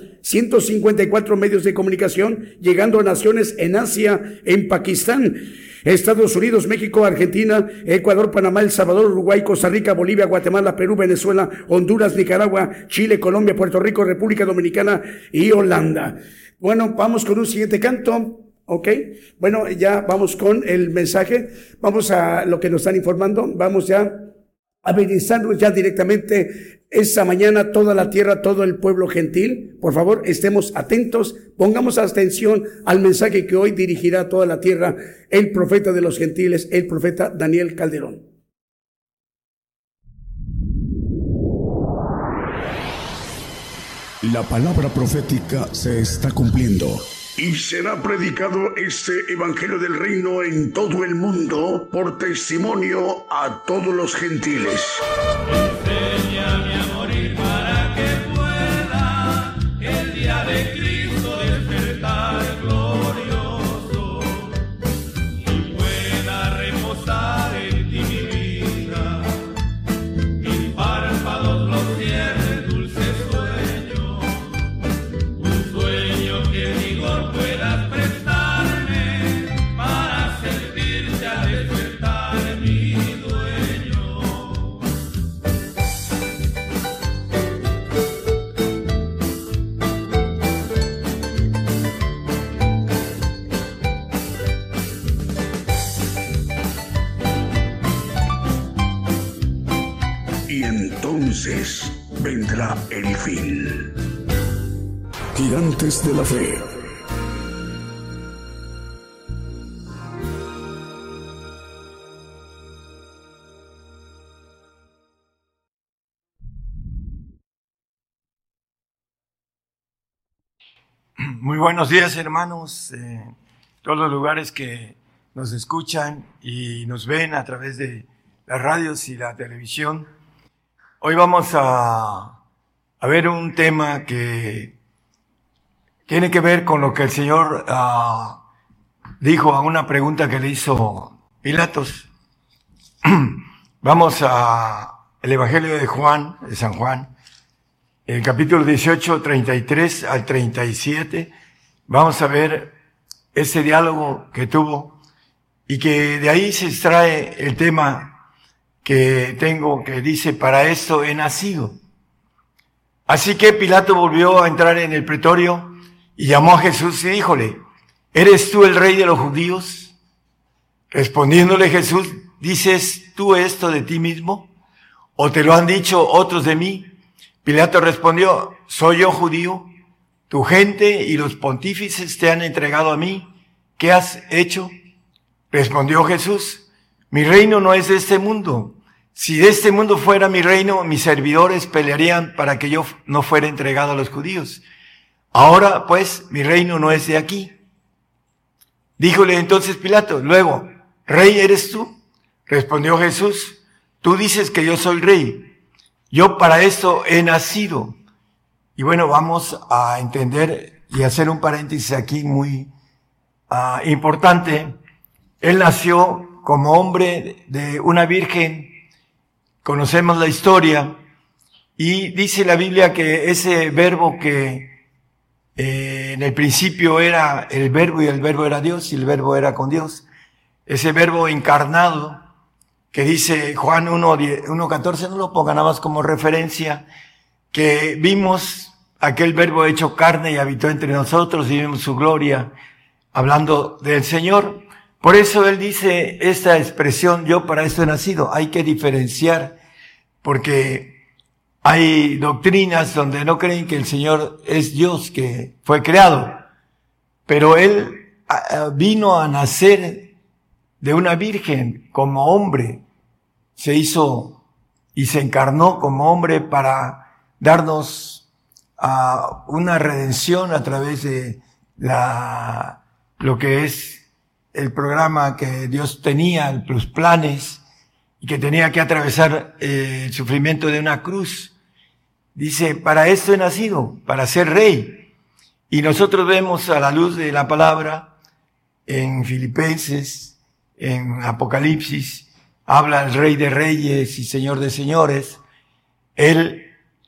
154 medios de comunicación, llegando a naciones en Asia, en Pakistán, Estados Unidos, México, Argentina, Ecuador, Panamá, El Salvador, Uruguay, Costa Rica, Bolivia, Guatemala, Perú, Venezuela, Honduras, Nicaragua, Chile, Colombia, Puerto Rico, República Dominicana y Holanda. Bueno, vamos con un siguiente canto. Ok, bueno, ya vamos con el mensaje, vamos a lo que nos están informando, vamos ya a ministrarnos ya directamente esta mañana toda la tierra, todo el pueblo gentil. Por favor, estemos atentos, pongamos atención al mensaje que hoy dirigirá a toda la tierra el profeta de los gentiles, el profeta Daniel Calderón. La palabra profética se está cumpliendo. Y será predicado este evangelio del reino en todo el mundo por testimonio a todos los gentiles. Enséñame a morir para que pueda el día de Cristo despertar glorioso y pueda reposar en ti mi vida. Mis párpados los cierre dulce sueño, un sueño que vigor puedas prestarme para servirte a despertar mi dueño. Y entonces vendrá el fin. Gigantes de la Fe. Muy buenos días, hermanos, todos los lugares que nos escuchan y nos ven a través de las radios y la televisión. Hoy vamos a ver un tema que tiene que ver con lo que el Señor dijo a una pregunta que le hizo Pilatos. Vamos al Evangelio de Juan, de San Juan, el capítulo 18, 33 al 37. Vamos a ver ese diálogo que tuvo y que de ahí se extrae el tema que tengo, que dice: para esto he nacido. Así que Pilato volvió a entrar en el pretorio y llamó a Jesús y díjole: ¿eres tú el rey de los judíos? Respondiéndole Jesús: ¿dices tú esto de ti mismo? ¿O te lo han dicho otros de mí? Pilato respondió: ¿soy yo judío? Tu gente y los pontífices te han entregado a mí. ¿Qué has hecho? Respondió Jesús: mi reino no es de este mundo. Si de este mundo fuera mi reino, mis servidores pelearían para que yo no fuera entregado a los judíos. Ahora, pues, mi reino no es de aquí. Díjole entonces Pilato: luego, ¿rey eres tú? Respondió Jesús: tú dices que yo soy rey. Yo para esto he nacido. Y bueno, vamos a entender y hacer un paréntesis aquí muy importante. Él nació como hombre de una virgen. Conocemos la historia. Y dice la Biblia que ese verbo que en el principio era el verbo, y el verbo era Dios, y el verbo era con Dios. Ese verbo encarnado, que dice Juan 1:14, no lo ponga nada más como referencia, que vimos aquel verbo hecho carne y habitó entre nosotros y vimos su gloria, hablando del Señor. Por eso él dice esta expresión: yo para esto he nacido. Hay que diferenciar, porque hay doctrinas donde no creen que el Señor es Dios, que fue creado, pero él vino a nacer de una virgen como hombre. Se hizo y se encarnó como hombre para darnos una redención a través de lo que es el programa que Dios tenía, los planes, y que tenía que atravesar el sufrimiento de una cruz. Dice: para esto he nacido, para ser rey. Y nosotros vemos a la luz de la palabra en Filipenses, en Apocalipsis, habla el Rey de Reyes y Señor de Señores. Él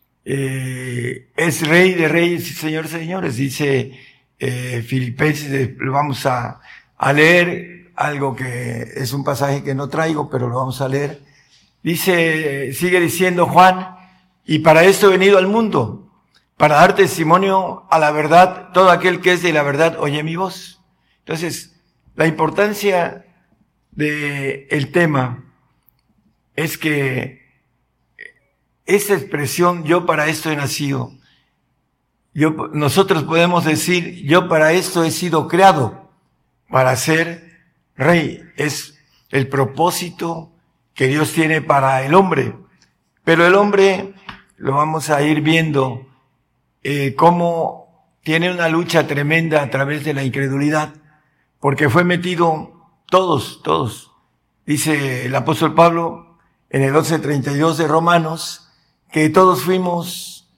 es Rey de Reyes y Señor de Señores. Dice Filipenses, lo vamos a leer, algo que es un pasaje que no traigo, pero lo vamos a leer. Dice, sigue diciendo Juan: y para esto he venido al mundo, para dar testimonio a la verdad. Todo aquel que es de la verdad oye mi voz. Entonces, la importancia del tema es que esta expresión, yo para esto he nacido, nosotros podemos decir: yo para esto he sido creado, para ser rey. Es el propósito que Dios tiene para el hombre. Pero el hombre, lo vamos a ir viendo, cómo tiene una lucha tremenda a través de la incredulidad, porque fue metido todos. Dice el apóstol Pablo en el 11:32 de Romanos, que todos fuimos,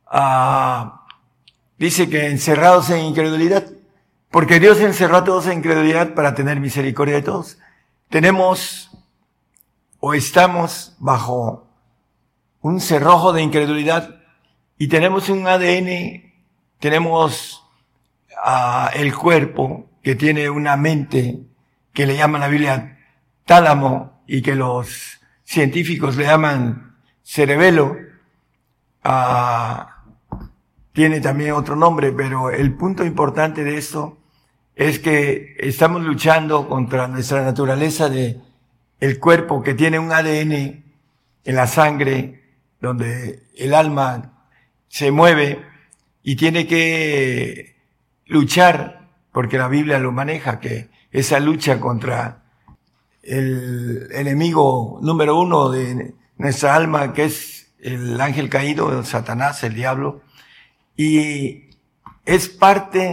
dice que encerrados en incredulidad, porque Dios encerró a todos en incredulidad para tener misericordia de todos. Tenemos o estamos bajo un cerrojo de incredulidad y tenemos un ADN, tenemos el cuerpo que tiene una mente que le llama la Biblia tálamo y que los científicos le llaman cerebelo. Tiene también otro nombre, pero el punto importante de esto es que estamos luchando contra nuestra naturaleza de el cuerpo, que tiene un ADN en la sangre donde el alma se mueve y tiene que luchar, porque la Biblia lo maneja, que esa lucha contra el enemigo número uno de nuestra alma, que es el ángel caído, el Satanás, el diablo, y es parte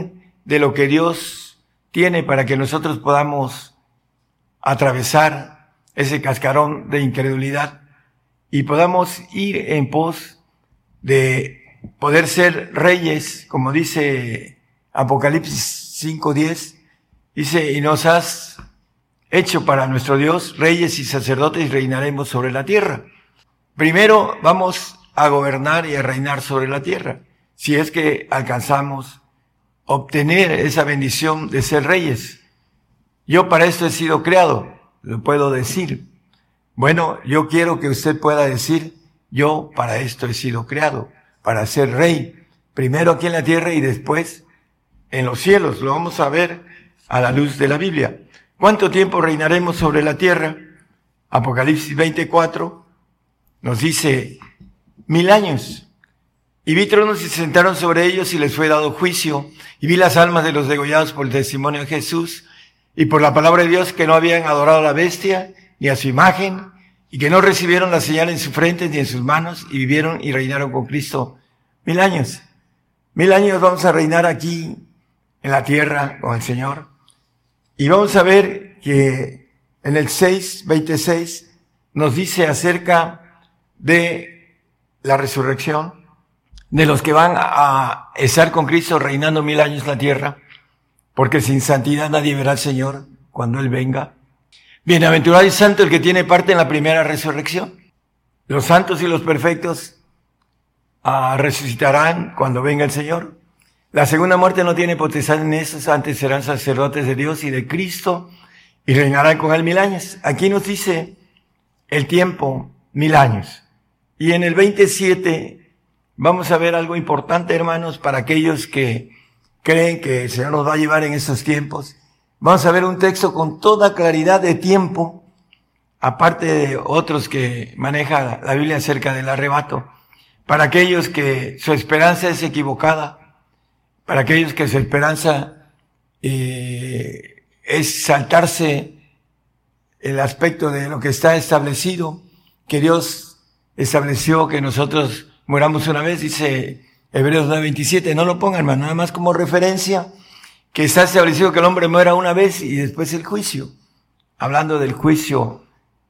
de lo que Dios tiene para que nosotros podamos atravesar ese cascarón de incredulidad y podamos ir en pos de poder ser reyes, como dice Apocalipsis 5:10, dice, y nos has hecho para nuestro Dios reyes y sacerdotes y reinaremos sobre la tierra. Primero vamos a gobernar y a reinar sobre la tierra, si es que alcanzamos obtener esa bendición de ser reyes. Yo para esto he sido creado, lo puedo decir. Bueno, yo quiero que usted pueda decir, yo para esto he sido creado, para ser rey, primero aquí en la tierra y después en los cielos. Lo vamos a ver a la luz de la Biblia. ¿Cuánto tiempo reinaremos sobre la tierra? Apocalipsis 24 nos dice 1000 años. Y vi tronos y se sentaron sobre ellos y les fue dado juicio. Y vi las almas de los degollados por el testimonio de Jesús y por la palabra de Dios, que no habían adorado a la bestia ni a su imagen, y que no recibieron la señal en su frente ni en sus manos, y vivieron y reinaron con Cristo 1000 años. 1000 años vamos a reinar aquí en la tierra con el Señor. Y vamos a ver que en el 6:26 nos dice acerca de la resurrección, de los que van a estar con Cristo reinando 1000 años en la tierra, porque sin santidad nadie verá al Señor cuando Él venga. Bienaventurado y santo el que tiene parte en la primera resurrección. Los santos y los perfectos resucitarán cuando venga el Señor. La segunda muerte no tiene potestad en esos, antes serán sacerdotes de Dios y de Cristo y reinarán con Él 1000 años. Aquí nos dice el tiempo 1000 años. Y en el 27 vamos a ver algo importante, hermanos, para aquellos que creen que el Señor nos va a llevar en esos tiempos. Vamos a ver un texto con toda claridad de tiempo, aparte de otros que maneja la Biblia acerca del arrebato. Para aquellos que su esperanza es equivocada, para aquellos que su esperanza es saltarse el aspecto de lo que está establecido, que Dios estableció que nosotros muramos una vez, dice Hebreos 9:27, no lo pongan, hermano, nada más como referencia, que está establecido que el hombre muera una vez y después el juicio. Hablando del juicio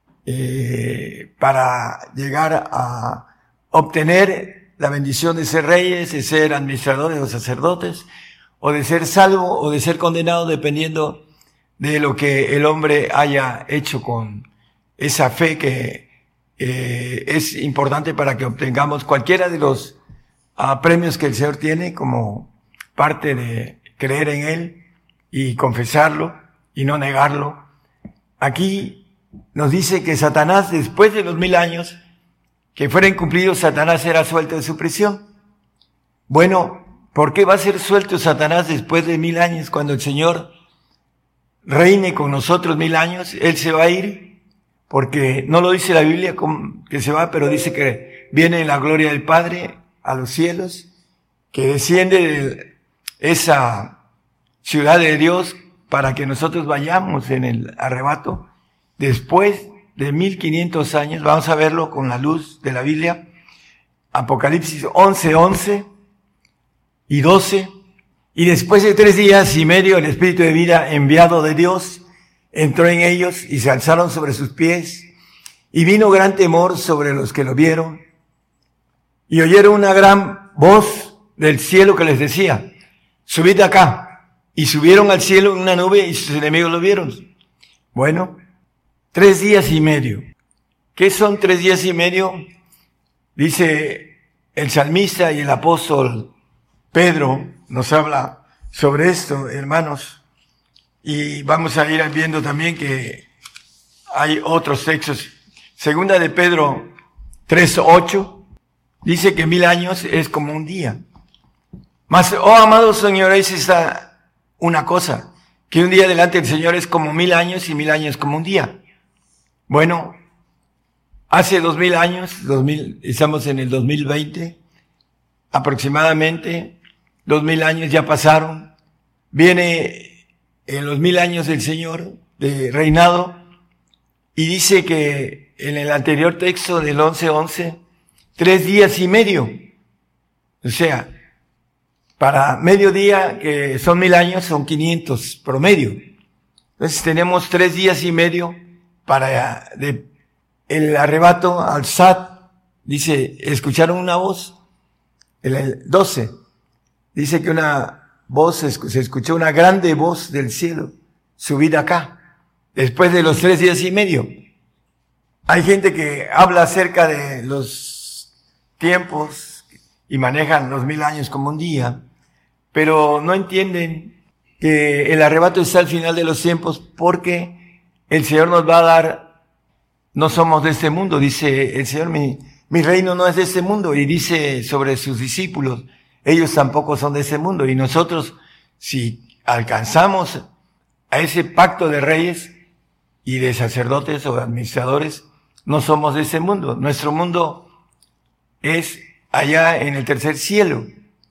para llegar a obtener la bendición de ser reyes, de ser administradores o sacerdotes, o de ser salvo o de ser condenado, dependiendo de lo que el hombre haya hecho con esa fe que es importante para que obtengamos cualquiera de los premios que el Señor tiene como parte de creer en Él y confesarlo y no negarlo. Aquí nos dice que Satanás, después de los 1000 años que fueran cumplidos, Satanás será suelto de su prisión. Bueno, ¿por qué va a ser suelto Satanás después de 1000 años? Cuando el Señor reine con nosotros 1000 años, Él se va a ir, porque no lo dice la Biblia que se va, pero dice que viene en la gloria del Padre a los cielos, que desciende de esa ciudad de Dios para que nosotros vayamos en el arrebato. Después de 1500 años, vamos a verlo con la luz de la Biblia, Apocalipsis 11:11 y 12, y después de 3 días y medio el Espíritu de vida enviado de Dios entró en ellos y se alzaron sobre sus pies, y vino gran temor sobre los que lo vieron, y oyeron una gran voz del cielo que les decía, subid acá. Y subieron al cielo en una nube y sus enemigos lo vieron. Bueno, 3 días y medio. ¿Qué son 3 días y medio? Dice el salmista y el apóstol Pedro nos habla sobre esto, hermanos. Y vamos a ir viendo también que hay otros textos. Segunda de Pedro 3:8 dice que 1000 años es como un día. Mas, oh amados señores, está una cosa, que un día delante del Señor es como 1000 años y 1000 años como un día. Bueno, hace 2000 años, estamos en el 2020, aproximadamente 2000 años ya pasaron. Viene en los 1000 años del Señor de reinado, y dice que en el anterior texto del 11:11, 3 días y medio. O sea, Para mediodía, que son 1000 años, son 500 promedio. Entonces tenemos 3 días y medio para el arrebato al Sat. Dice, escucharon una voz, el 12, dice que se escuchó una grande voz del cielo, subida acá, después de los 3 días y medio. Hay gente que habla acerca de los tiempos y manejan los 1000 años como un día, pero no entienden que el arrebato está al final de los tiempos, porque el Señor nos va a dar, no somos de este mundo, dice el Señor, mi reino no es de este mundo, y dice sobre sus discípulos, ellos tampoco son de este mundo, y nosotros, si alcanzamos a ese pacto de reyes y de sacerdotes o administradores, no somos de ese mundo. Nuestro mundo es allá en el tercer cielo.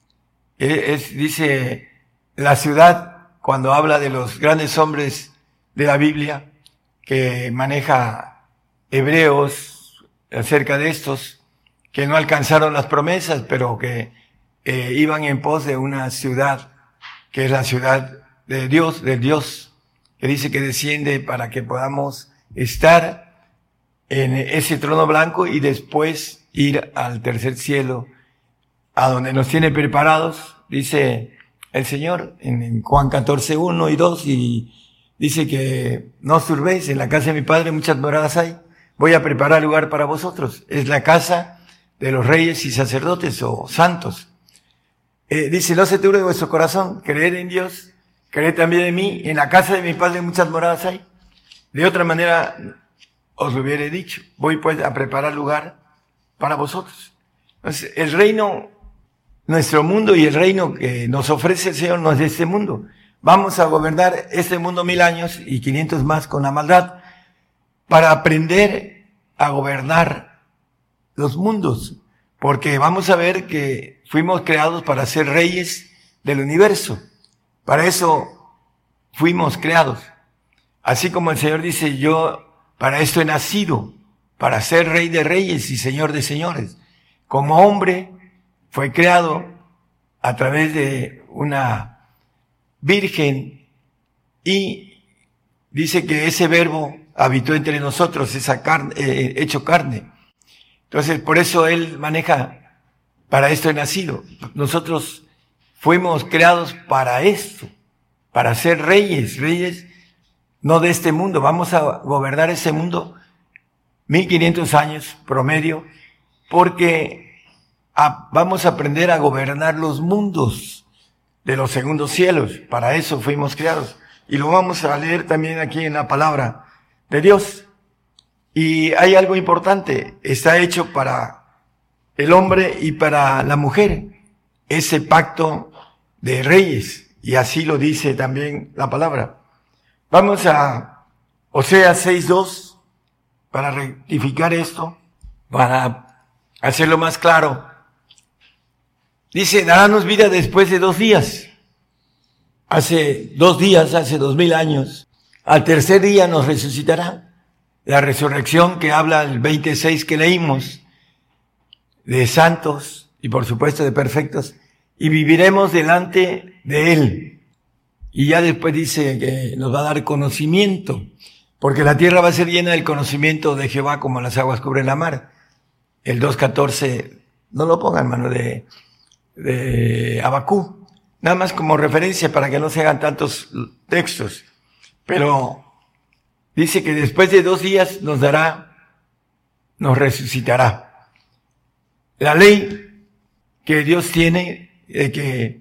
Dice la ciudad, cuando habla de los grandes hombres de la Biblia, que maneja Hebreos, acerca de estos que no alcanzaron las promesas, pero que iban en pos de una ciudad que es la ciudad de Dios, del Dios que dice que desciende para que podamos estar en ese trono blanco y después ir al tercer cielo, a donde nos tiene preparados, dice el Señor en Juan 14, 1 y 2, y dice que no os turbéis, en la casa de mi Padre muchas moradas hay. Voy a preparar lugar para vosotros. Es la casa de los reyes y sacerdotes o santos. Dice, no se turbe vuestro corazón, creed en Dios, creed también en mí. En la casa de mi Padre muchas moradas hay. De otra manera os lo hubiera dicho. Voy pues a preparar lugar para vosotros. Entonces, el reino, nuestro mundo y el reino que nos ofrece el Señor no es de este mundo. Vamos a gobernar este mundo 1000 años y 500 más con la maldad, para aprender a gobernar los mundos, porque vamos a ver que fuimos creados para ser reyes del universo. Para eso fuimos creados. Así como el Señor dice, yo para esto he nacido, para ser rey de reyes y señor de señores. Como hombre fue creado a través de una virgen, y dice que ese verbo habitó entre nosotros, esa carne, hecho carne. Entonces, por eso Él maneja, para esto he nacido. Nosotros fuimos creados para esto, para ser reyes no de este mundo. Vamos a gobernar ese mundo 1500 años promedio, porque vamos a aprender a gobernar los mundos de los segundos cielos. Para eso fuimos creados. Y lo vamos a leer también aquí en la palabra de Dios. Y hay algo importante, está hecho para el hombre y para la mujer, ese pacto de reyes, y así lo dice también la palabra. Vamos a Oseas 6:2 para rectificar esto, para hacerlo más claro. Dice, darános vida después de 2 días. Hace 2 días, hace 2000 años, al tercer día nos resucitará. La resurrección que habla el 26 que leímos, de santos y por supuesto de perfectos, y viviremos delante de Él. Y ya después dice que nos va a dar conocimiento, porque la tierra va a ser llena del conocimiento de Jehová como las aguas cubren la mar. El 2:14, no lo pongan, hermano, de Abacú, nada más como referencia para que no se hagan tantos textos. Pero dice que después de 2 días nos resucitará. La ley que Dios tiene de que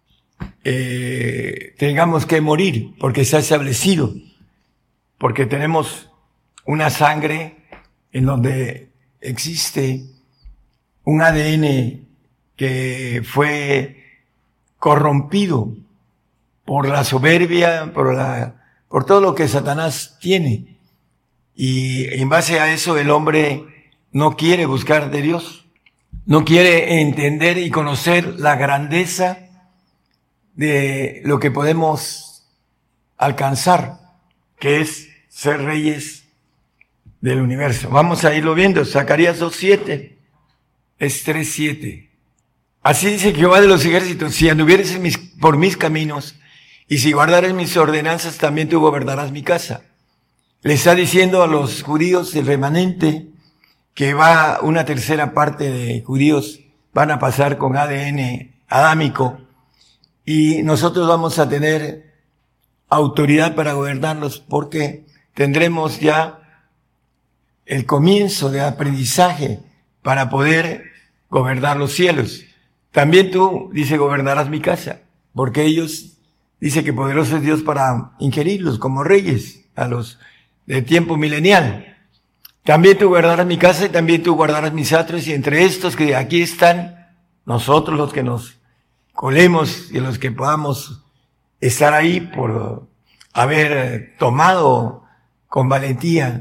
tengamos que morir, porque se ha establecido, porque tenemos una sangre en donde existe un ADN que fue corrompido por la soberbia, por todo lo que Satanás tiene. Y en base a eso el hombre no quiere buscar de Dios, no quiere entender y conocer la grandeza de lo que podemos alcanzar, que es ser reyes del universo. Vamos a irlo viendo. Zacarías 2:7, es 3:7. Así dice Jehová de los ejércitos, si anduvieres por mis caminos, y si guardares mis ordenanzas, también tú gobernarás mi casa. Le está diciendo a los judíos, el remanente, que va una tercera parte de judíos, van a pasar con ADN adámico, y nosotros vamos a tener autoridad para gobernarlos, porque tendremos ya el comienzo de aprendizaje para poder gobernar los cielos. También tú, dice, gobernarás mi casa, porque ellos, dice que poderoso es Dios para ingerirlos como reyes a los del tiempo milenial. También tú guardarás mi casa y también tú guardarás mis atrios, y entre estos que aquí están, nosotros los que nos colemos y los que podamos estar ahí por haber tomado con valentía,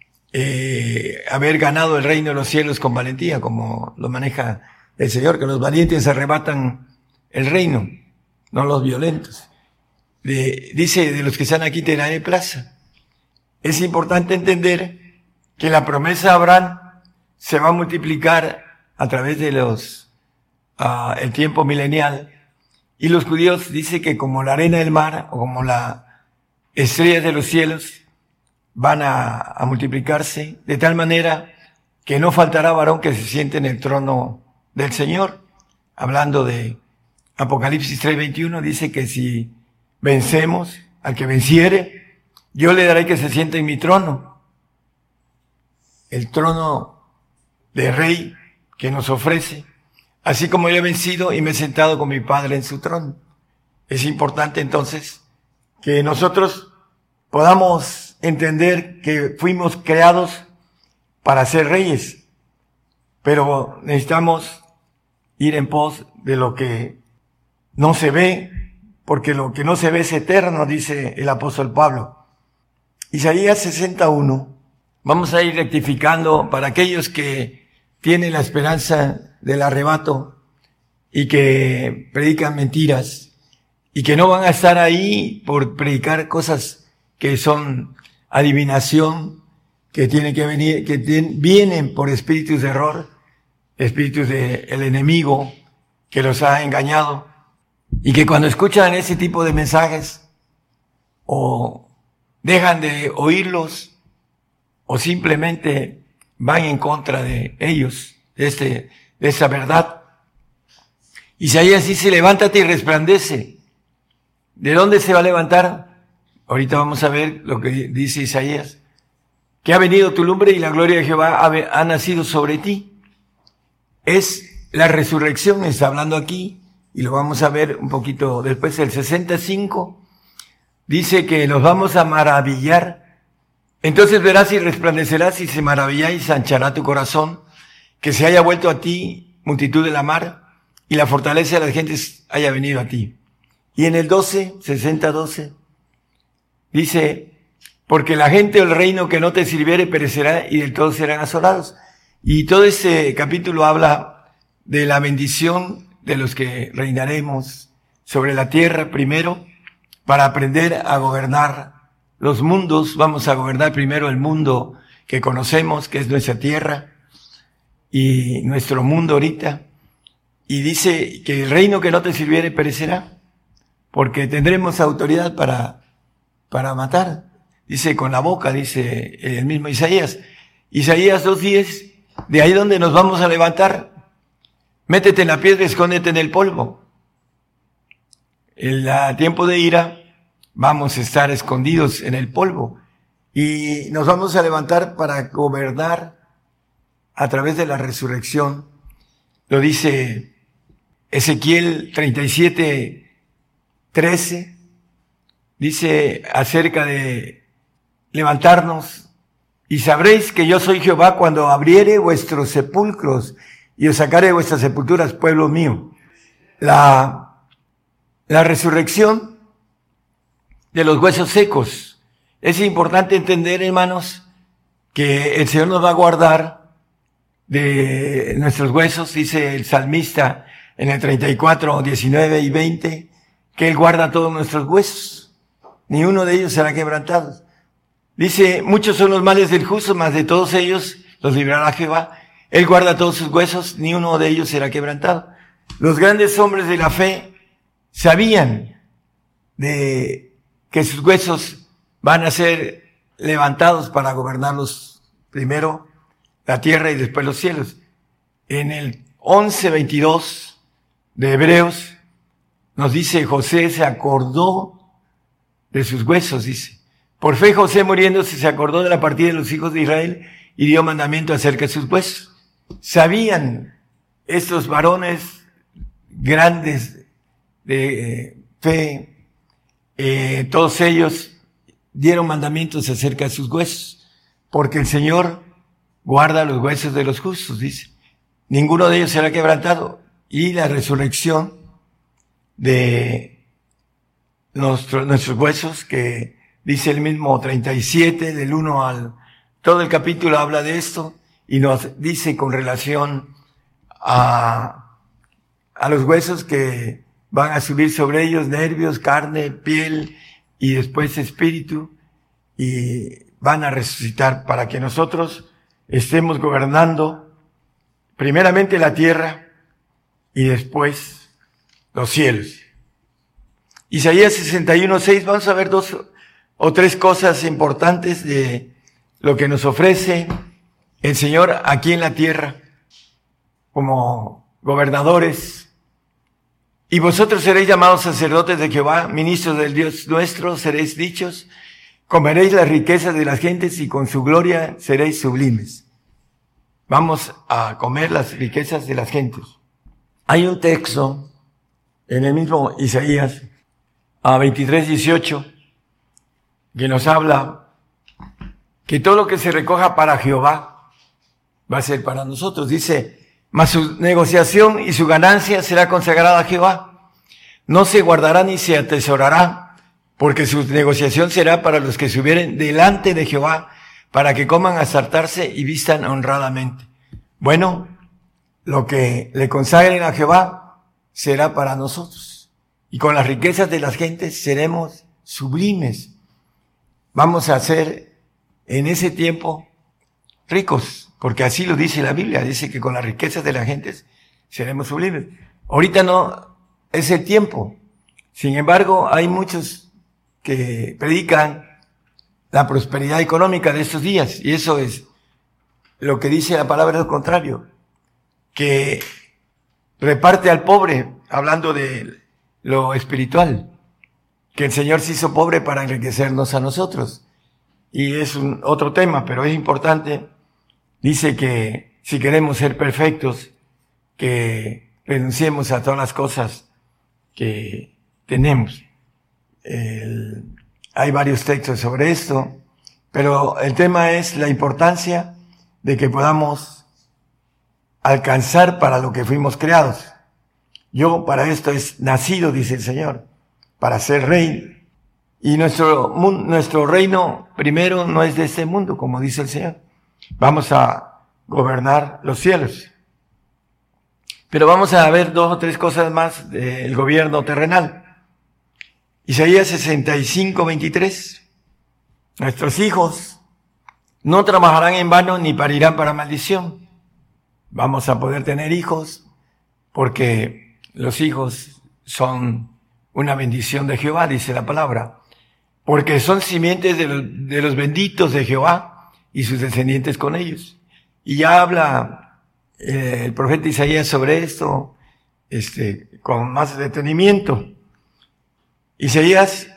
haber ganado el reino de los cielos con valentía, como lo maneja el Señor, que los valientes arrebatan el reino, no los violentos. Dice, de los que están aquí te daré plaza. Es importante entender que la promesa de Abraham se va a multiplicar a través de el tiempo milenial, y los judíos dice que como la arena del mar o como las estrellas de los cielos van a multiplicarse de tal manera que no faltará varón que se siente en el trono del Señor. Hablando de Apocalipsis 3:21, dice que si vencemos, al que venciere, yo le daré que se siente en mi trono. El trono de rey que nos ofrece, así como yo he vencido y me he sentado con mi Padre en su trono. Es importante entonces que nosotros podamos entender que fuimos creados para ser reyes, pero necesitamos ir en pos de lo que no se ve, porque lo que no se ve es eterno, dice el apóstol Pablo. Isaías 61, vamos a ir rectificando para aquellos que tienen la esperanza del arrebato y que predican mentiras y que no van a estar ahí por predicar cosas que son adivinación, que tienen que venir, que vienen por espíritus de error, espíritus del enemigo que los ha engañado, y que cuando escuchan ese tipo de mensajes o dejan de oírlos o simplemente van en contra de ellos, de esa verdad. Isaías dice, levántate y resplandece. ¿De dónde se va a levantar? Ahorita vamos a ver lo que dice Isaías. Que ha venido tu lumbre y la gloria de Jehová ha nacido sobre ti. Es la resurrección, está hablando aquí, y lo vamos a ver un poquito después. El 65 dice que nos vamos a maravillar. Entonces verás y resplandecerás y se maravillará y se anchará tu corazón, que se haya vuelto a ti multitud de la mar y la fortaleza de las gentes haya venido a ti. Y en el 60:12 dice, porque la gente del reino que no te sirviere perecerá y del todo serán asolados. Y todo este capítulo habla de la bendición de los que reinaremos sobre la tierra primero, para aprender a gobernar los mundos. Vamos a gobernar primero el mundo que conocemos, que es nuestra tierra y nuestro mundo ahorita. Y dice que el reino que no te sirviere perecerá, porque tendremos autoridad para matar. Dice con la boca, dice el mismo Isaías. Isaías 2:10, de ahí donde nos vamos a levantar, métete en la piedra, escóndete en el polvo. En el tiempo de ira vamos a estar escondidos en el polvo y nos vamos a levantar para gobernar a través de la resurrección. Lo dice Ezequiel 37:13, dice acerca de levantarnos, y sabréis que yo soy Jehová cuando abriere vuestros sepulcros y os sacaré de vuestras sepulturas, pueblo mío. La resurrección de los huesos secos. Es importante entender, hermanos, que el Señor nos va a guardar de nuestros huesos, dice el salmista en el 34, 19 y 20, que Él guarda todos nuestros huesos, ni uno de ellos será quebrantado. Dice, muchos son los males del justo, mas de todos ellos los librará Jehová. Él guarda todos sus huesos, ni uno de ellos será quebrantado. Los grandes hombres de la fe sabían de que sus huesos van a ser levantados para gobernarlos, primero la tierra y después los cielos. En el 11:22 de Hebreos nos dice, José se acordó de sus huesos, dice. Por fe José, muriéndose, se acordó de la partida de los hijos de Israel y dio mandamiento acerca de sus huesos. Sabían estos varones grandes de fe, todos ellos dieron mandamientos acerca de sus huesos, porque el Señor guarda los huesos de los justos, dice. Ninguno de ellos será quebrantado. Y la resurrección de nuestros huesos, que dice el mismo 37, del 1 al... Todo el capítulo habla de esto y nos dice con relación a los huesos que van a subir sobre ellos nervios, carne, piel y después espíritu, y van a resucitar para que nosotros estemos gobernando primeramente la tierra y después los cielos. Isaías 61:6, vamos a ver 2 o 3 cosas importantes de lo que nos ofrece el Señor aquí en la tierra como gobernadores. Y vosotros seréis llamados sacerdotes de Jehová, ministros del Dios nuestro, seréis dichos, comeréis las riquezas de las gentes y con su gloria seréis sublimes. Vamos a comer las riquezas de las gentes. Hay un texto en el mismo Isaías, a 23:18, que nos habla que todo lo que se recoja para Jehová va a ser para nosotros. Dice, mas su negociación y su ganancia será consagrada a Jehová. No se guardará ni se atesorará, porque su negociación será para los que subieren delante de Jehová, para que coman hasta hartarse y vistan honradamente. Bueno, lo que le consagren a Jehová será para nosotros. Y con las riquezas de las gentes seremos sublimes. Vamos a ser en ese tiempo ricos, porque así lo dice la Biblia. Dice que con las riquezas de las gentes seremos sublimes. Ahorita no es el tiempo. Sin embargo, hay muchos que predican la prosperidad económica de estos días, y eso es lo que dice la palabra, lo contrario, que reparte al pobre, hablando de lo espiritual, que el Señor se hizo pobre para enriquecernos a nosotros. Y es otro tema, pero es importante. Dice que si queremos ser perfectos, que renunciemos a todas las cosas que tenemos. Hay varios textos sobre esto, pero el tema es la importancia de que podamos alcanzar para lo que fuimos creados. Yo para esto es nacido, dice el Señor, para ser rey. Y nuestro reino primero no es de este mundo, como dice el Señor. Vamos a gobernar los cielos. Pero vamos a ver 2 o 3 cosas más del gobierno terrenal. Isaías 65:23. Nuestros hijos no trabajarán en vano ni parirán para maldición. Vamos a poder tener hijos porque los hijos son una bendición de Jehová, dice la palabra. Porque son simientes de los benditos de Jehová y sus descendientes con ellos. Y ya habla el profeta Isaías sobre esto, con más detenimiento. Isaías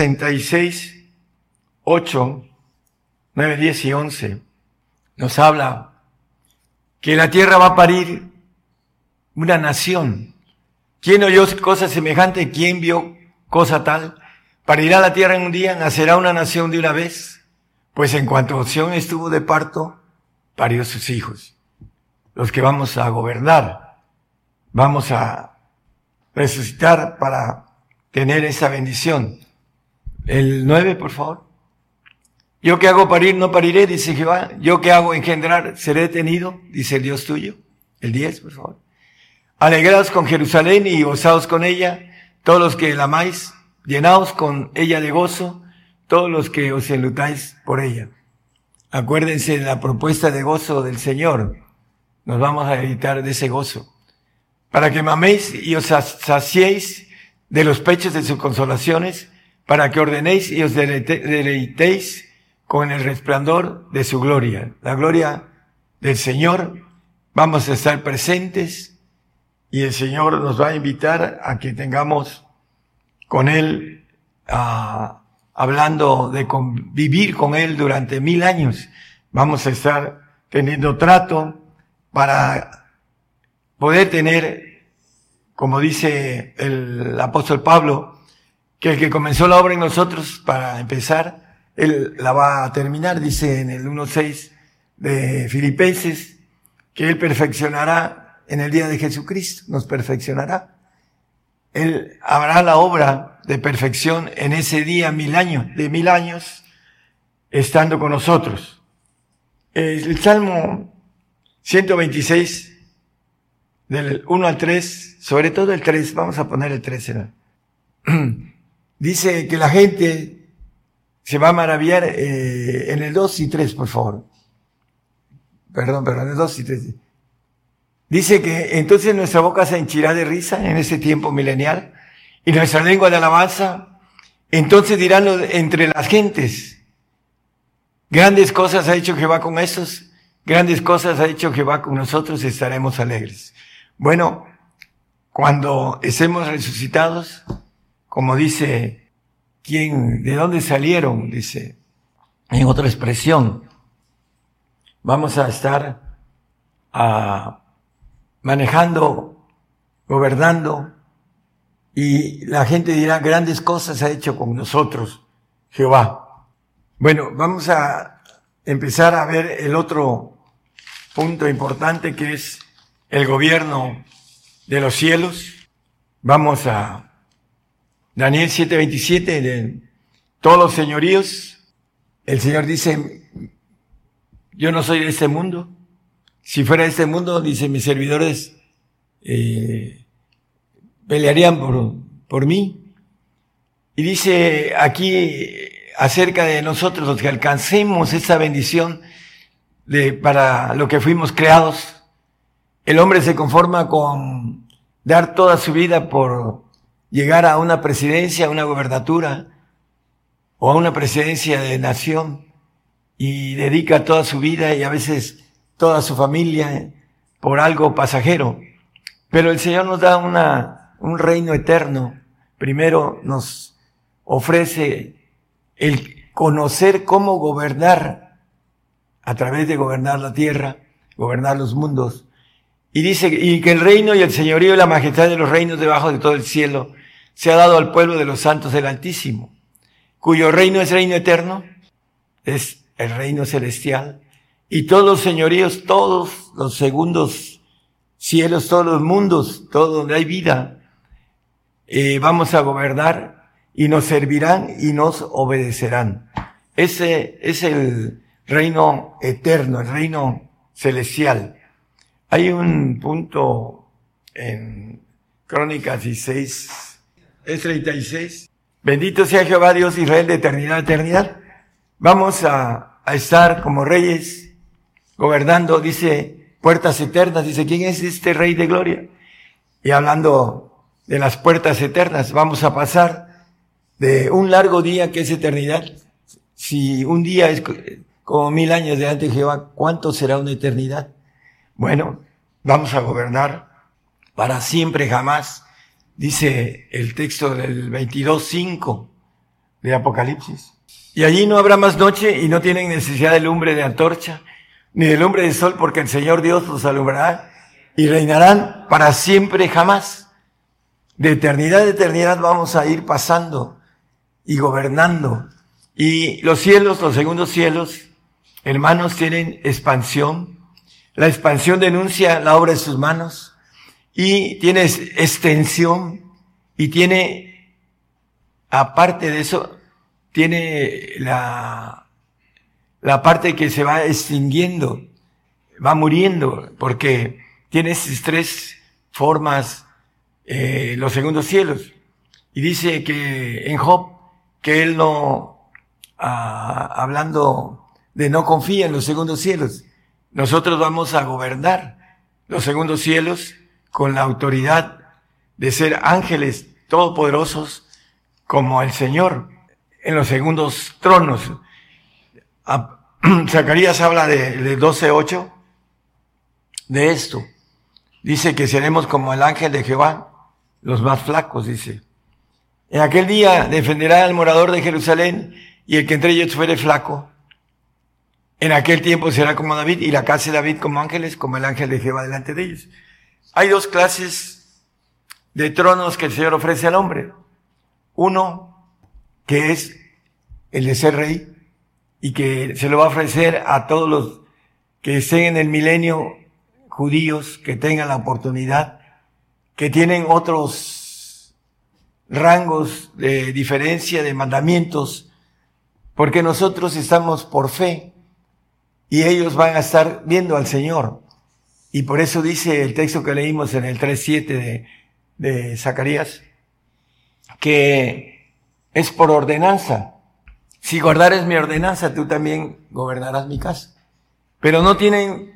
66:8, 9, 10 y 11 nos habla que la tierra va a parir una nación. ¿Quién oyó cosa semejante? ¿Quién vio cosa tal? Parirá la tierra en un día, nacerá una nación de una vez, pues en cuanto Sión estuvo de parto, parió sus hijos. Los que vamos a gobernar, vamos a resucitar para tener esa bendición. El 9, por favor. Yo que hago parir, no pariré, dice Jehová. Yo que hago engendrar, seré detenido, dice el Dios tuyo. El 10, por favor. Alegraos con Jerusalén y gozaos con ella, todos los que la amáis, llenaos con ella de gozo, todos los que os enlutáis por ella. Acuérdense de la propuesta de gozo del Señor. Nos vamos a editar de ese gozo. para que maméis y os saciéis de los pechos de sus consolaciones, para que ordenéis y os deleitéis con el resplandor de su gloria. La gloria del Señor, vamos a estar presentes y el Señor nos va a invitar a que tengamos con Él, hablando de vivir con Él durante 1000 años. Vamos a estar teniendo trato para poder tener, como dice el apóstol Pablo, que el que comenzó la obra en nosotros, para empezar, Él la va a terminar, dice en el 1:6 de Filipenses, que Él perfeccionará en el día de Jesucristo, nos perfeccionará. Él hará la obra de perfección en ese día 1000 años, de 1000 años, estando con nosotros. El Salmo 126, del 1 al 3, sobre todo el 3, vamos a poner el 3, dice que la gente se va a maravillar, en el 2 y 3, por favor. Perdón, el 2 y 3. Dice que entonces nuestra boca se henchirá de risa en ese tiempo milenial y nuestra lengua de alabanza. Entonces dirán entre las gentes, grandes cosas ha hecho Jehová con esos, grandes cosas ha hecho Jehová con nosotros, estaremos alegres. Bueno, cuando estemos resucitados, como dice, ¿de dónde salieron? Dice, en otra expresión, vamos a estar manejando, gobernando, y la gente dirá, grandes cosas ha hecho con nosotros Jehová. Bueno, vamos a empezar a ver el otro punto importante, que es el gobierno de los cielos. Vamos a Daniel 7:27, de todos los señoríos. El Señor dice, yo no soy de este mundo. Si fuera de este mundo, dice, mis servidores pelearían por mí. Y dice aquí acerca de nosotros, los que alcancemos esa bendición para lo que fuimos creados. El hombre se conforma con dar toda su vida por llegar a una presidencia, a una gobernatura o a una presidencia de nación, y dedica toda su vida y a veces toda su familia por algo pasajero. Pero el Señor nos da un reino eterno. Primero nos ofrece el conocer cómo gobernar, a través de gobernar la tierra, gobernar los mundos. Y dice, y que el reino y el señorío y la majestad de los reinos debajo de todo el cielo se ha dado al pueblo de los santos del Altísimo, cuyo reino es reino eterno, es el reino celestial, y todos los señoríos, todos los segundos cielos, todos los mundos, todo donde hay vida, vamos a gobernar y nos servirán y nos obedecerán. Ese es el reino eterno, el reino celestial. Hay un punto en Crónicas 16, es 36. Bendito sea Jehová Dios de Israel de eternidad a eternidad. Vamos a estar como reyes gobernando, dice, puertas eternas. Dice, ¿quién es este Rey de gloria? Y hablando de las puertas eternas, vamos a pasar de un largo día que es eternidad. Si un día es como 1000 años delante de Jehová, ¿cuánto será una eternidad? Bueno, vamos a gobernar para siempre jamás. Dice el texto del 22:5 de Apocalipsis. Y allí no habrá más noche y no tienen necesidad de lumbre de antorcha, ni de lumbre de sol, porque el Señor Dios los alumbrará y reinarán para siempre jamás. De eternidad a eternidad vamos a ir pasando y gobernando. Y los cielos, los segundos cielos, hermanos, tienen expansión. La expansión denuncia la obra de sus manos y tiene extensión y tiene, aparte de eso, tiene la parte que se va extinguiendo, va muriendo, porque tiene esas 3 formas, los segundos cielos. Y dice que en Job, que él no, hablando de no confía en los segundos cielos. Nosotros vamos a gobernar los segundos cielos con la autoridad de ser ángeles todopoderosos como el Señor en los segundos tronos. Zacarías habla de 12:8 de esto. Dice que seremos como el ángel de Jehová, los más flacos, dice. En aquel día defenderá al morador de Jerusalén, y el que entre ellos fuere flaco, en aquel tiempo será como David, y la casa de David como ángeles, como el ángel de Jehová delante de ellos. Hay dos clases de tronos que el Señor ofrece al hombre. Uno, que es el de ser rey, y que se lo va a ofrecer a todos los que estén en el milenio, judíos, que tengan la oportunidad, que tienen otros rangos de diferencia, de mandamientos, porque nosotros estamos por fe, y ellos van a estar viendo al Señor. Y por eso dice el texto que leímos en el 3:7 de Zacarías, que es por ordenanza. Si guardares mi ordenanza, tú también gobernarás mi casa. Pero no tienen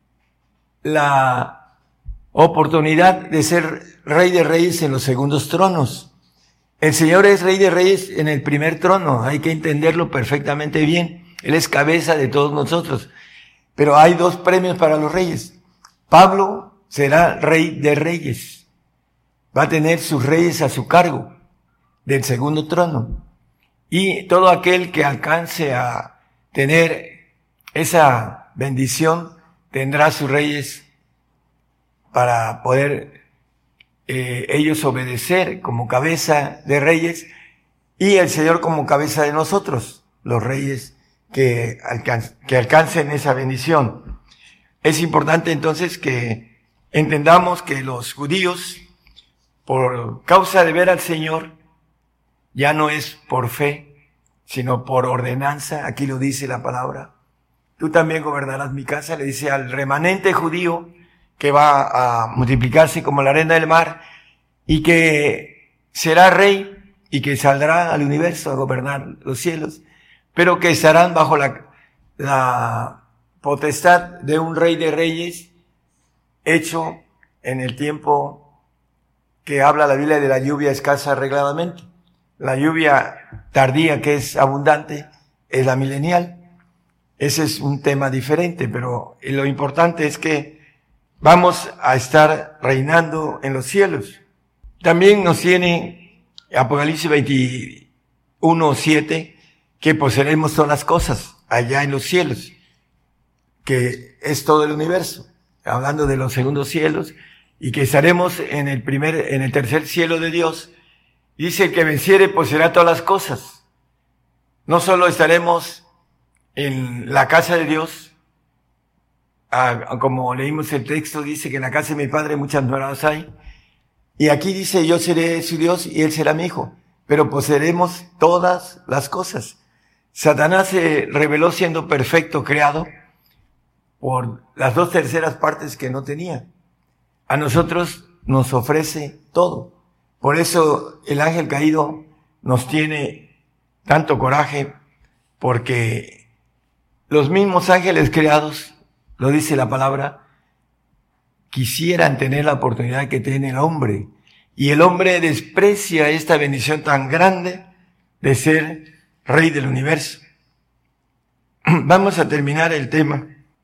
la oportunidad de ser rey de reyes en los segundos tronos. El Señor es rey de reyes en el primer trono, hay que entenderlo perfectamente bien. Él es cabeza de todos nosotros. Pero hay dos premios para los reyes. Pablo será rey de reyes. Va a tener sus reyes a su cargo del segundo trono. Y todo aquel que alcance a tener esa bendición tendrá sus reyes para poder ellos obedecer como cabeza de reyes, y el Señor como cabeza de nosotros, los reyes que alcancen esa bendición. Es importante entonces que entendamos que los judíos, por causa de ver al Señor, ya no es por fe, sino por ordenanza. Aquí lo dice la palabra. Tú también gobernarás mi casa, le dice al remanente judío que va a multiplicarse como la arena del mar y que será rey y que saldrá al universo a gobernar los cielos, pero que estarán bajo la potestad de un rey de reyes hecho en el tiempo que habla la Biblia de la lluvia escasa arregladamente. La lluvia tardía, que es abundante, es la milenial. Ese es un tema diferente, pero lo importante es que vamos a estar reinando en los cielos. También nos tiene Apocalipsis 21:7, que poseeremos todas las cosas allá en los cielos, que es todo el universo, hablando de los segundos cielos, y que estaremos en el tercer cielo de Dios. Dice que venciere poseerá todas las cosas. No solo estaremos en la casa de Dios, como leímos el texto, dice que en la casa de mi Padre muchas moradas hay. Y aquí dice, yo seré su Dios y él será mi hijo, pero poseeremos todas las cosas. Satanás se reveló siendo perfecto, creado por las 2/3 partes que no tenía. A nosotros nos ofrece todo. Por eso el ángel caído nos tiene tanto coraje, porque los mismos ángeles creados, lo dice la palabra, quisieran tener la oportunidad que tiene el hombre. Y el hombre desprecia esta bendición tan grande de ser rey del universo. Vamos a terminar el tema.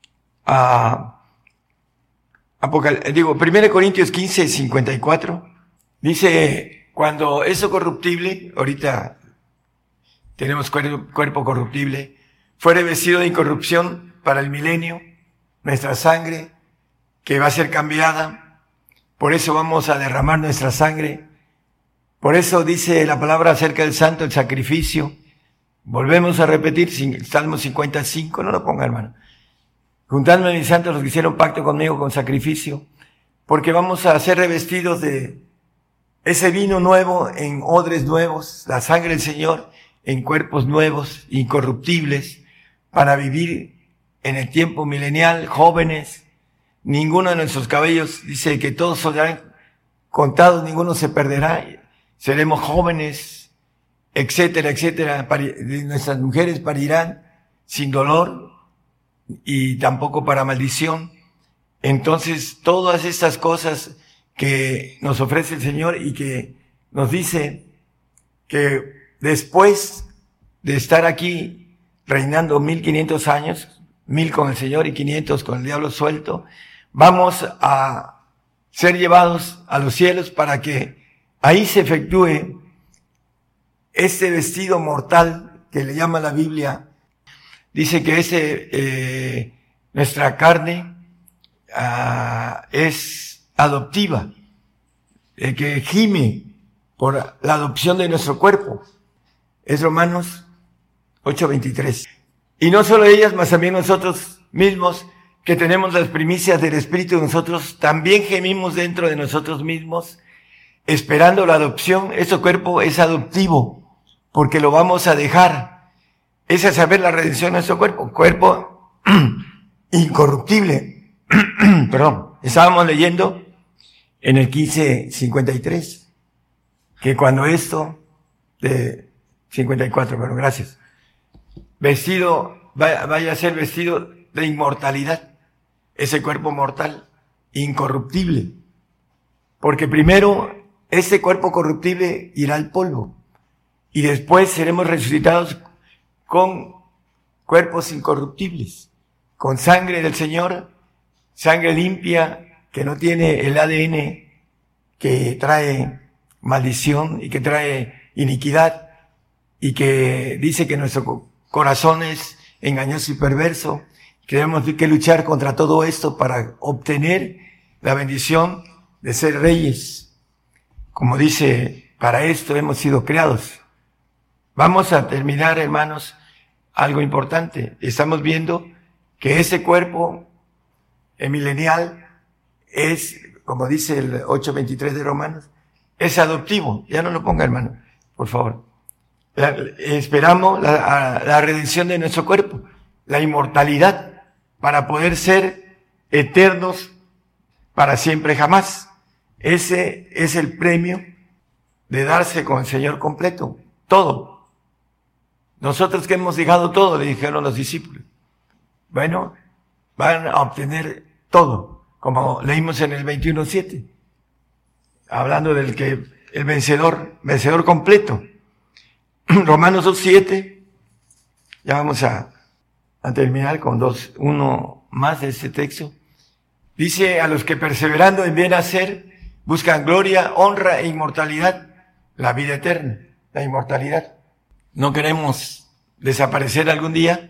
1 Corintios 15:54. Dice, cuando eso corruptible, ahorita tenemos cuerpo corruptible, fuere vestido de incorrupción para el milenio, nuestra sangre, que va a ser cambiada, por eso vamos a derramar nuestra sangre. Por eso dice la palabra acerca del santo, el sacrificio. Volvemos a repetir, Salmo 55, no lo ponga, hermano. Juntadme mis santos los que hicieron pacto conmigo con sacrificio, porque vamos a ser revestidos de ese vino nuevo en odres nuevos, la sangre del Señor en cuerpos nuevos, incorruptibles, para vivir en el tiempo milenial, jóvenes. Ninguno de nuestros cabellos, dice que todos serán contados, ninguno se perderá. Seremos jóvenes, etcétera, etcétera. Nuestras mujeres parirán sin dolor y tampoco para maldición. Entonces, todas estas cosas que nos ofrece el Señor y que nos dice que después de estar aquí reinando 1500 años, 1000 con el Señor y 500 con el diablo suelto, vamos a ser llevados a los cielos para que ahí se efectúe este vestido mortal que le llama la Biblia. Dice que nuestra carne es adoptiva, que gime por la adopción de nuestro cuerpo. Es Romanos 8:23. Y no solo ellas, mas también nosotros mismos, que tenemos las primicias del Espíritu, nosotros también gemimos dentro de nosotros mismos, esperando la adopción. Este cuerpo es adoptivo, porque lo vamos a dejar. Esa es saber la redención de nuestro cuerpo incorruptible. Perdón, estábamos leyendo en el 15:53, que cuando esto, de 54, pero gracias, vaya a ser vestido de inmortalidad, ese cuerpo mortal, incorruptible, porque primero este cuerpo corruptible irá al polvo, y después seremos resucitados con cuerpos incorruptibles, con sangre del Señor, sangre limpia, que no tiene el ADN que trae maldición y que trae iniquidad, y que dice que nuestro corazón es engañoso y perverso. Tenemos que luchar contra todo esto para obtener la bendición de ser reyes. Como dice, para esto hemos sido creados. Vamos a terminar, hermanos, algo importante. Estamos viendo que ese cuerpo milenial es, como dice el 8:23 de Romanos, es adoptivo. Ya no lo ponga, hermano, por favor. Esperamos la redención de nuestro cuerpo, la inmortalidad, para poder ser eternos para siempre jamás. Ese es el premio de darse con el Señor completo, todo. Nosotros que hemos dejado todo, le dijeron los discípulos. Bueno, van a obtener todo, como leímos en el 21:7, hablando del que el vencedor completo. Romanos 2:7, ya vamos a terminar con uno más de este texto. Dice, a los que perseverando en bien hacer, buscan gloria, honra e inmortalidad, la vida eterna, la inmortalidad. No queremos desaparecer algún día.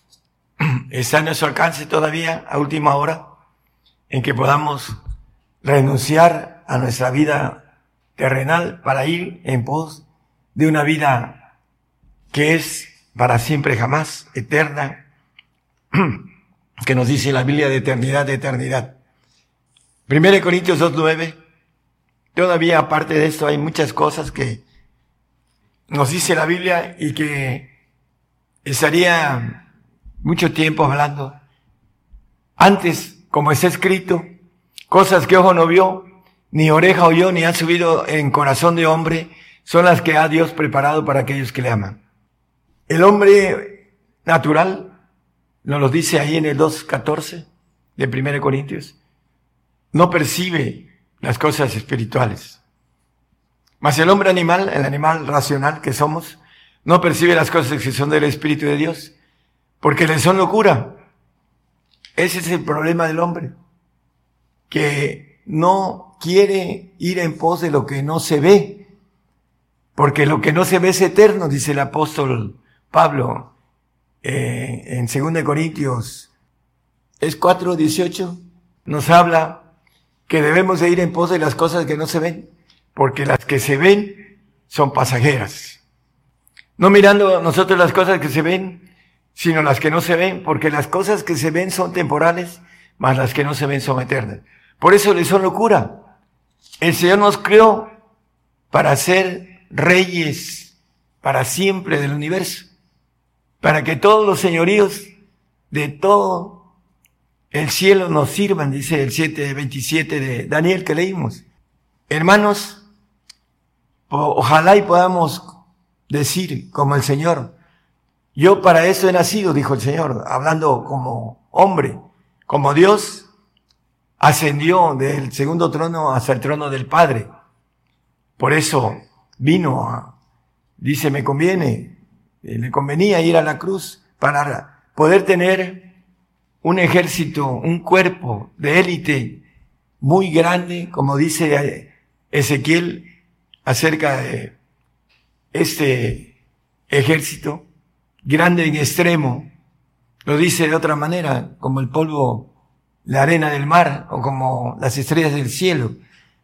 Está a nuestro alcance todavía, a última hora, en que podamos renunciar a nuestra vida terrenal para ir en pos de una vida que es para siempre jamás, eterna, que nos dice la Biblia, de eternidad. 1 Corintios 2:9. Todavía aparte de esto hay muchas cosas que nos dice la Biblia y que estaría mucho tiempo hablando. Antes, como está escrito, cosas que ojo no vio, ni oreja oyó, ni han subido en corazón de hombre, son las que ha Dios preparado para aquellos que le aman. El hombre natural, nos lo dice ahí en el 2:14 de 1 Corintios, no percibe las cosas espirituales. Mas el hombre animal, el animal racional que somos, no percibe las cosas que son del Espíritu de Dios, porque le son locura. Ese es el problema del hombre, que no quiere ir en pos de lo que no se ve, porque lo que no se ve es eterno, dice el apóstol Pablo en 2 Corintios, es 4:18, nos habla que debemos de ir en pos de las cosas que no se ven, porque las que se ven son pasajeras. No mirando nosotros las cosas que se ven, sino las que no se ven, porque las cosas que se ven son temporales, mas las que no se ven son eternas. Por eso les son locura. El Señor nos creó para ser reyes para siempre del universo, para que todos los señoríos de todo el cielo nos sirvan, dice el 7:27 de Daniel que leímos. Hermanos, ojalá y podamos decir como el Señor, yo para eso he nacido, dijo el Señor, hablando como hombre, como Dios, ascendió del segundo trono hasta el trono del Padre. Por eso dice, me conviene, le convenía ir a la cruz para poder tener un ejército, un cuerpo de élite muy grande, como dice Ezequiel acerca de este ejército, grande en extremo. Lo dice de otra manera, como el polvo, la arena del mar, o como las estrellas del cielo.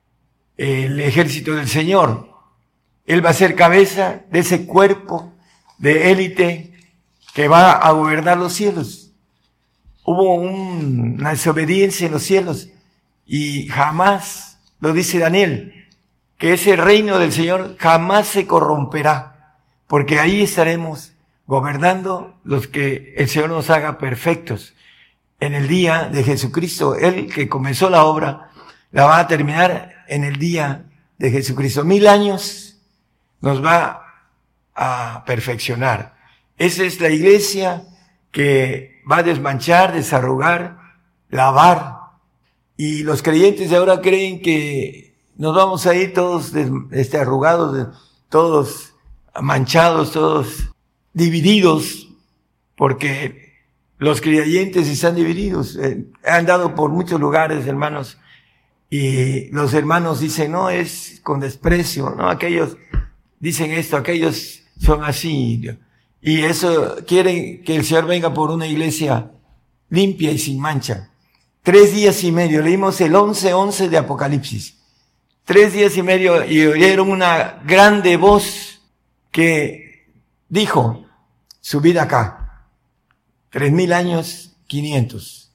El ejército del Señor. Él va a ser cabeza de ese cuerpo de élite que va a gobernar los cielos. Hubo una desobediencia en los cielos y jamás, lo dice Daniel, que ese reino del Señor jamás se corromperá, porque ahí estaremos gobernando los que el Señor nos haga perfectos. En el día de Jesucristo, Él que comenzó la obra, la va a terminar en el día de Jesucristo. 1000 años nos va a perfeccionar. Esa es la iglesia que va a desmanchar, desarrugar, lavar. Y los creyentes de ahora creen que nos vamos a ir todos arrugados, todos manchados, todos divididos, porque los creyentes están divididos. He andado por muchos lugares, hermanos, y los hermanos dicen, no, es con desprecio, no, aquellos dicen esto, aquellos son así. Y eso quieren que el Señor venga por una iglesia limpia y sin mancha. 3 días y medio, leímos el 11:11 de Apocalipsis. 3 días y medio y oyeron una grande voz que dijo, subid acá. 3000 años, 500.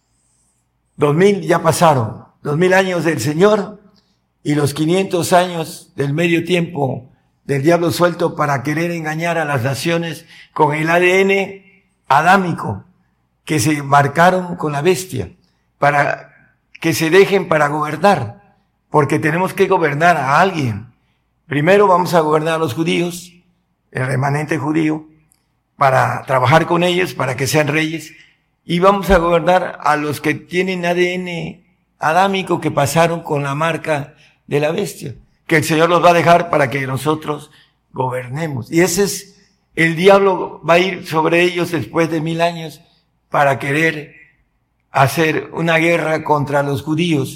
2000 ya pasaron. 2000 años del Señor y los 500 años del medio tiempo del diablo suelto para querer engañar a las naciones con el ADN adámico que se marcaron con la bestia, para que se dejen para gobernar, porque tenemos que gobernar a alguien. Primero vamos a gobernar a los judíos, el remanente judío, para trabajar con ellos, para que sean reyes, y vamos a gobernar a los que tienen ADN adámico que pasaron con la marca de la bestia, que el Señor los va a dejar para que nosotros gobernemos. Y ese es, el diablo va a ir sobre ellos después de 1000 años para querer hacer una guerra contra los judíos,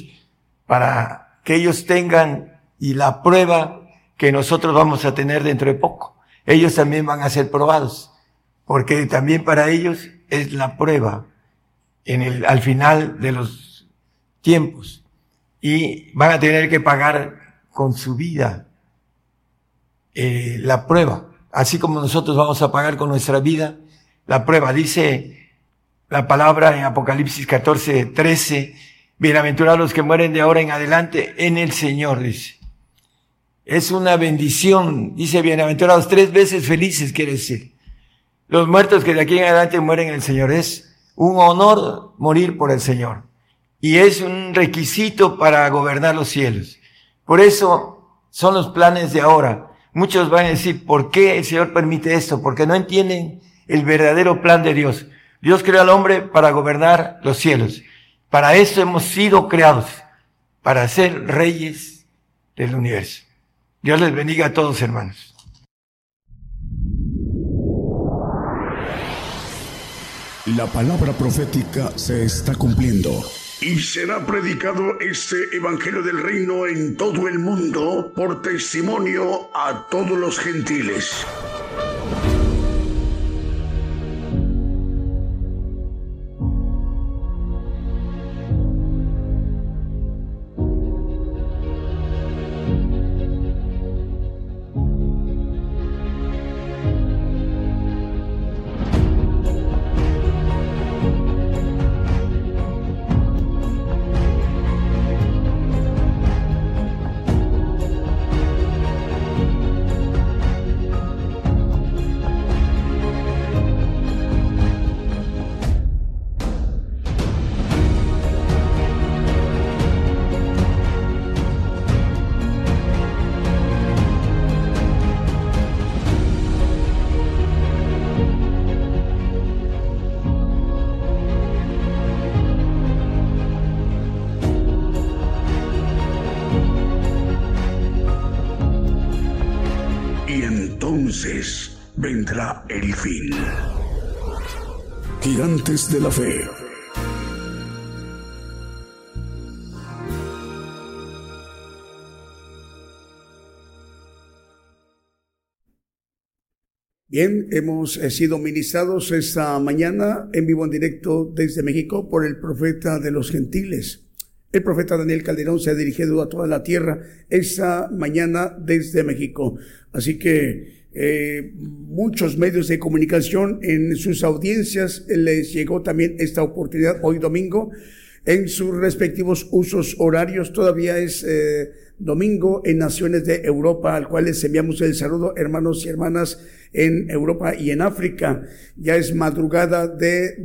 para que ellos tengan, y la prueba que nosotros vamos a tener dentro de poco. Ellos también van a ser probados, porque también para ellos es la prueba al final de los tiempos. Y van a tener que pagar con su vida la prueba, así como nosotros vamos a pagar con nuestra vida la prueba. Dice la palabra en Apocalipsis 14:13, bienaventurados los que mueren de ahora en adelante en el Señor, dice. Es una bendición, dice bienaventurados 3 veces felices, quiere decir. Los muertos que de aquí en adelante mueren en el Señor. Es un honor morir por el Señor. Y es un requisito para gobernar los cielos. Por eso son los planes de ahora. Muchos van a decir, ¿por qué el Señor permite esto? Porque no entienden el verdadero plan de Dios. Dios creó al hombre para gobernar los cielos. Para eso hemos sido creados, para ser reyes del universo. Dios les bendiga a todos, hermanos. La palabra profética se está cumpliendo. Y será predicado este evangelio del reino en todo el mundo por testimonio a todos los gentiles. entonces vendrá el fin. Gigantes de la Fe. Bien, hemos sido ministrados esta mañana en vivo en directo desde México por el profeta de los gentiles. El profeta Daniel Calderón se ha dirigido a toda la tierra esta mañana desde México. Así que muchos medios de comunicación en sus audiencias les llegó también esta oportunidad hoy domingo en sus respectivos usos horarios. Todavía es domingo en naciones de Europa, al cual les enviamos el saludo, hermanos y hermanas en Europa y en África. Ya es madrugada de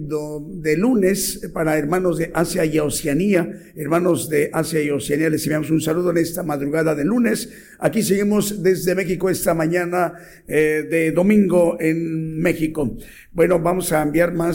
lunes para hermanos de Asia y Oceanía. Hermanos de Asia y Oceanía, les enviamos un saludo en esta madrugada de lunes. Aquí seguimos desde México esta mañana de domingo en México. Bueno, vamos a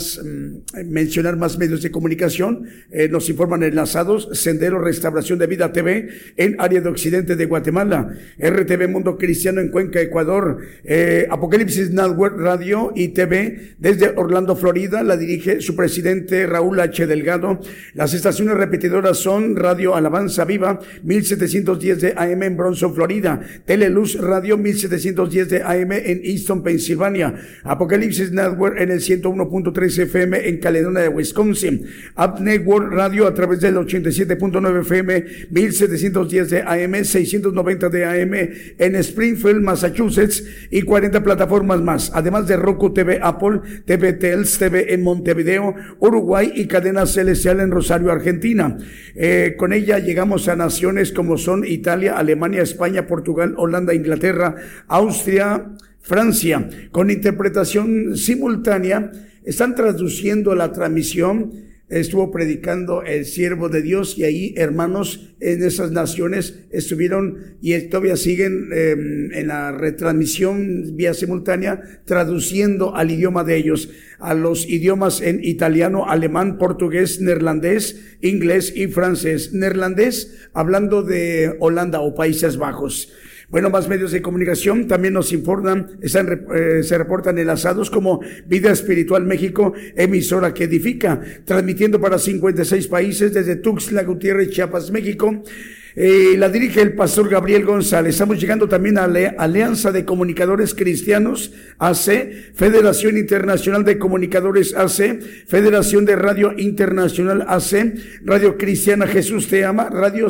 mencionar más medios de comunicación. Nos informan enlazados: Sendero Restauración de Vida TV en área de occidente de Guatemala, RTV Mundo Cristiano en Cuenca, Ecuador, Apocalipsis Network Radio y TV desde Orlando, Florida, la dirige su presidente Raúl H. Delgado. Las estaciones repetidoras son Radio Alabanza Viva 1710 de AM en Bronson, Florida, Teleluz Radio 1710 de AM en Easton, Pensilvania, Apocalipsis Network en el 101.3 FM en Caledonia de Wisconsin, Up Network Radio a través del 87.9 FM 1710 de AM, 690 de AM en Springfield, Massachusetts, y 40 plataformas más, además de Roku TV, Apple TV, Tels TV en Montevideo, Uruguay, y Cadena Celestial en Rosario, Argentina. Con ella llegamos a naciones como son Italia, Alemania, España, Portugal, Holanda, Inglaterra, Austria, Francia, con interpretación simultánea. Están traduciendo la transmisión. Estuvo predicando el siervo de Dios, y ahí hermanos en esas naciones estuvieron y todavía siguen en la retransmisión vía simultánea, traduciendo al idioma de ellos, a los idiomas en italiano, alemán, portugués, neerlandés, inglés y francés. Neerlandés, hablando de Holanda o Países Bajos. Bueno, más medios de comunicación también nos informan, se reportan enlazados como Vida Espiritual México, emisora que edifica, transmitiendo para 56 países desde Tuxtla Gutiérrez, Chiapas, México. La dirige el pastor Gabriel González. Estamos llegando también a la Alianza de Comunicadores Cristianos AC, Federación Internacional de Comunicadores AC, Federación de Radio Internacional AC, Radio Cristiana Jesús Te Ama, Radio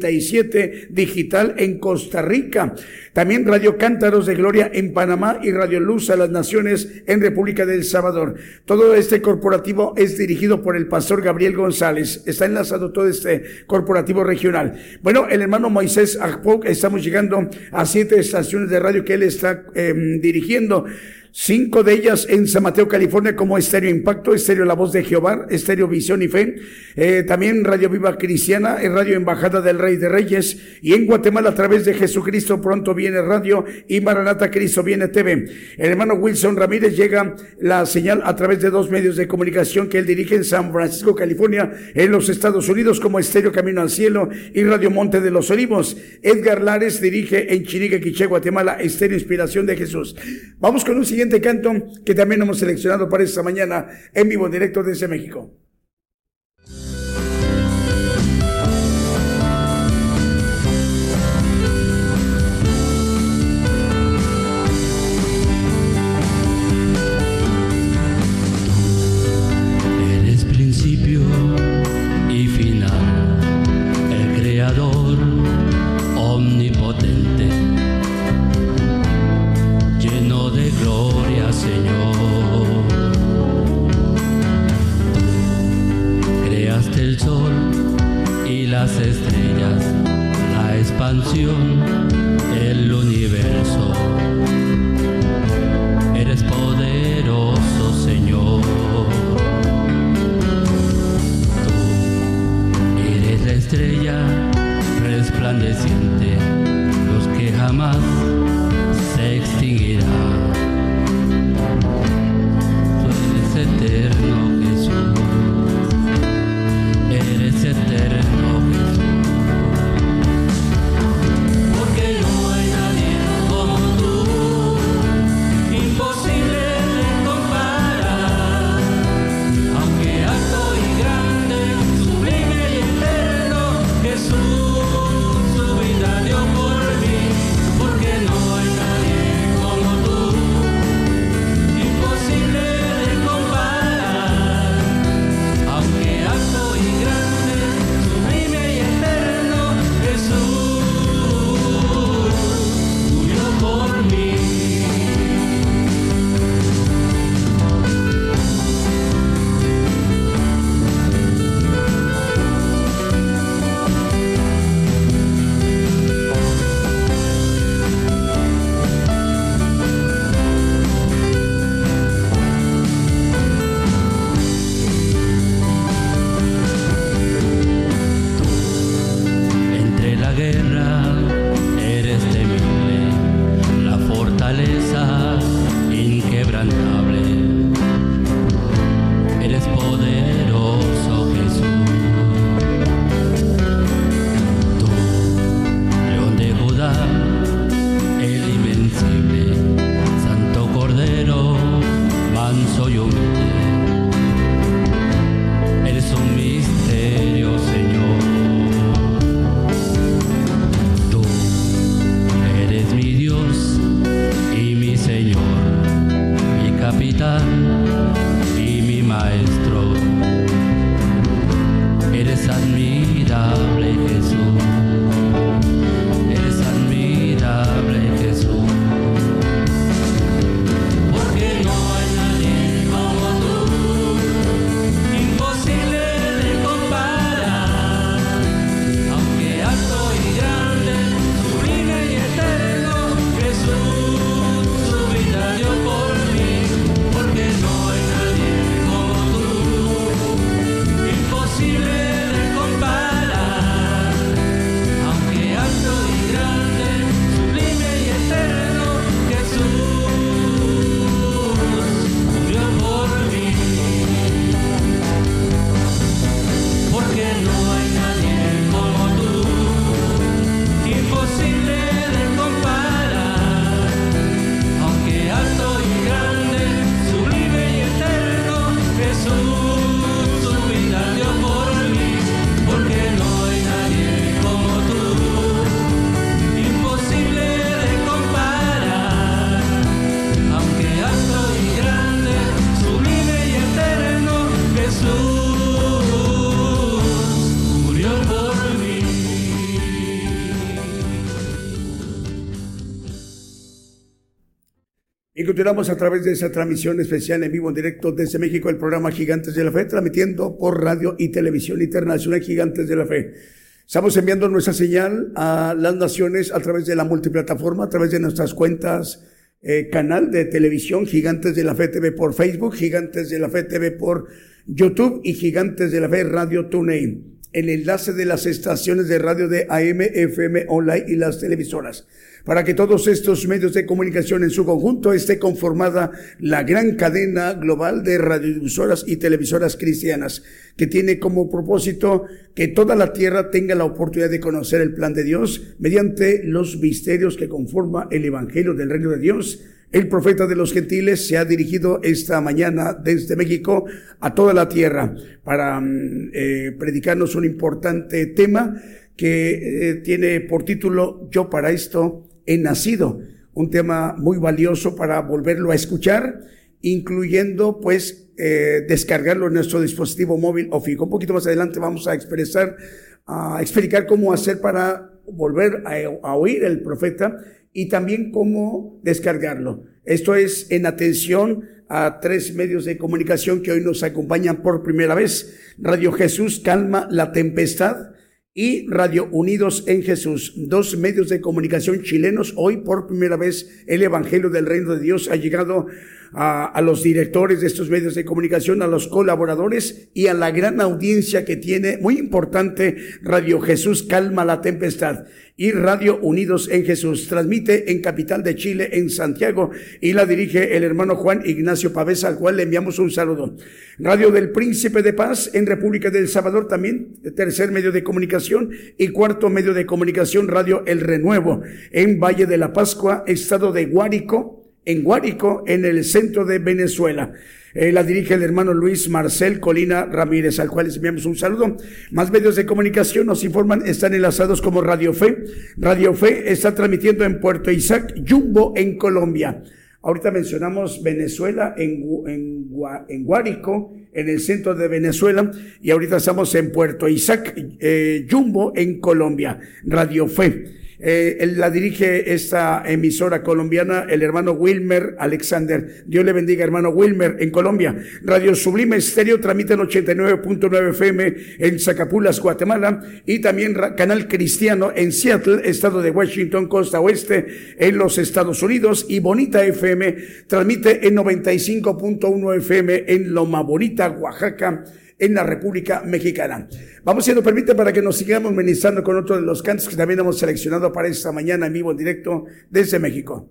77 Digital en Costa Rica, también Radio Cántaros de Gloria en Panamá y Radio Luz a las Naciones en República del Salvador. Todo este corporativo es dirigido por el pastor Gabriel González. Está enlazado todo este corporativo regional. Bueno, el hermano Moisés Agpoc, estamos llegando a 7 estaciones de radio que él está dirigiendo. 5 de ellas en San Mateo, California, como Estéreo Impacto, Estéreo La Voz de Jehová, Estéreo Visión y Fe, también Radio Viva Cristiana, Radio Embajada del Rey de Reyes, y en Guatemala a través de Jesucristo Pronto Viene Radio y Maranata Cristo Viene TV. El hermano Wilson Ramírez llega la señal a través de 2 medios de comunicación que él dirige en San Francisco, California, en los Estados Unidos, como Estéreo Camino al Cielo y Radio Monte de los Olivos. Edgar Lares dirige en Chinique, Quiché, Guatemala, Estéreo Inspiración de Jesús. Vamos con un siguiente canto que también hemos seleccionado para esta mañana en vivo directo desde México. Eres principio y final, el creador omnipotente, lleno de gloria, Señor. Creaste el sol y las estrellas, la expansión, el universo. Eres poderoso, Señor. Tú eres la estrella resplandeciente, luz que jamás se extinguirá. Tú eres eterno, Jesús. Eres eterno, Jesús. Porque Eres poderoso, Jesús. Tú, León de Judá, el invencible, Santo Cordero, manso y humilde. Eres un misterio, Señor. Tú eres mi Dios y mi Señor, mi capitán y mi maestro. Eres admirable, Jesús. Eres admirable, Jesús. Porque no hay nadie como tú, imposible de comparar. Aunque alto y grande, sublime y eterno, Jesús su vida dio por mí. Porque no hay nadie como tú, imposible de comparar. Aunque alto y grande, sublime y eterno, Jesús murió por mí. Porque no hay nadie como tú, imposible de comparar. Aunque alto y grande, sublime y eterno, Jesús su vida dio por mí. Porque no hay nadie como tú, imposible de comparar. Aunque alto y grande, sublime y eterno, Jesús murió por mí. Y continuamos a través de esa transmisión especial en vivo, en directo desde México, el programa Gigantes de la Fe, transmitiendo por radio y televisión internacional Gigantes de la Fe. Estamos enviando nuestra señal a las naciones a través de la multiplataforma, a través de nuestras cuentas, canal de televisión Gigantes de la Fe TV por Facebook, Gigantes de la Fe TV por YouTube y Gigantes de la Fe Radio TuneIn. El enlace de las estaciones de radio de AM, FM, online y las televisoras. Para que todos estos medios de comunicación en su conjunto esté conformada la gran cadena global de radiodifusoras y televisoras cristianas, que tiene como propósito que toda la tierra tenga la oportunidad de conocer el plan de Dios mediante los misterios que conforma el Evangelio del Reino de Dios. El profeta de los gentiles se ha dirigido esta mañana desde México a toda la tierra para predicarnos un importante tema que tiene por título Yo para esto he nacido. Un tema muy valioso para volverlo a escuchar, incluyendo pues descargarlo en nuestro dispositivo móvil o fijo. Un poquito más adelante vamos a explicar cómo hacer para volver a oír el profeta y también cómo descargarlo. Esto es en atención a 3 medios de comunicación que hoy nos acompañan por primera vez: Radio Jesús Calma la Tempestad y Radio Unidos en Jesús, 2 medios de comunicación chilenos. Hoy por primera vez el Evangelio del Reino de Dios ha llegado a los directores de estos medios de comunicación, a los colaboradores y a la gran audiencia que tiene, muy importante, Radio Jesús Calma la Tempestad y Radio Unidos en Jesús. Transmite en capital de Chile, en Santiago, y la dirige el hermano Juan Ignacio Pavesa, al cual le enviamos un saludo. Radio del Príncipe de Paz en República del Salvador, también 3er medio de comunicación, y 4º medio de comunicación, Radio El Renuevo en Valle de la Pascua, estado de Guárico, en el centro de Venezuela. La dirige el hermano Luis Marcel Colina Ramírez, al cual les enviamos un saludo. Más medios de comunicación nos informan, están enlazados como Radio Fe. Radio Fe está transmitiendo en Puerto Isaac, Yumbo, en Colombia. Ahorita mencionamos Venezuela, en Guárico, en el centro de Venezuela, y ahorita estamos en Puerto Isaac, Yumbo, en Colombia. Radio Fe. La dirige esta emisora colombiana el hermano Wilmer Alexander. Dios le bendiga, hermano Wilmer, en Colombia. Radio Sublime Estéreo transmite en 89.9 FM en Zacapulas, Guatemala, y también Canal Cristiano en Seattle, estado de Washington, costa oeste, en los Estados Unidos, y Bonita FM transmite en 95.1 FM en Loma Bonita, Oaxaca, en la República Mexicana. Vamos, si nos permite, para que nos sigamos ministrando con otro de los cantos que también hemos seleccionado para esta mañana en vivo, en directo desde México.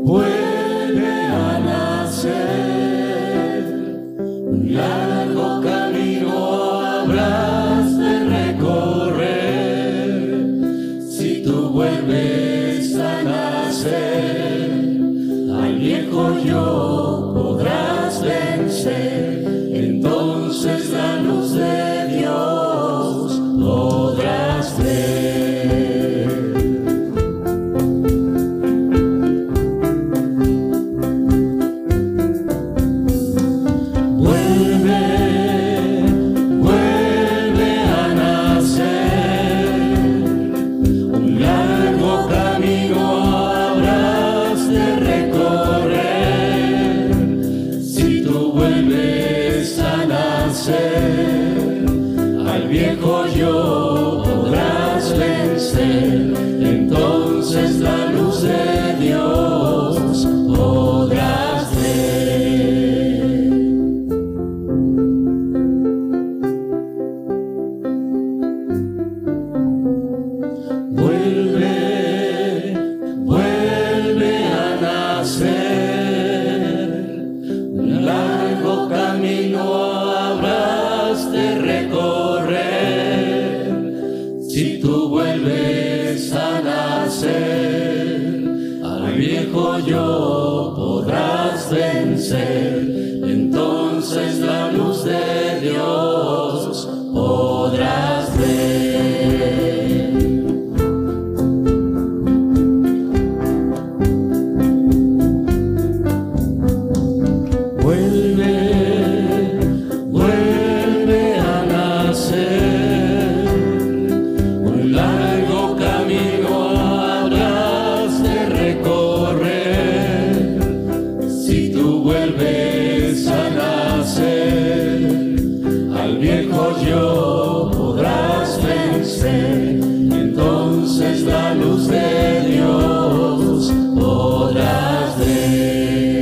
vuelve a nacer. Un largo camino habrás de recorrer. Si tú vuelves a nacer, al viejo yo podrás vencer. Entonces la luz de Dios podrás ver. Vuelve a nacer. Un largo camino habrás de recorrer. Si tú vuelves a nacer, al viejo yo podrás vencer. Entonces la luz de Dios podrás ver. Vuelve a nacer. Un largo camino habrás de recorrer. Si tú vuelves a nacer, al viejo yo podrás vencer. Entonces la luz de Dios podrás ver. Vuelve a nacer. Un largo camino habrás de recorrer. Si tú vuelves a nacer, al viejo yo podrás vencer. Entonces la luz de Dios podrás ver.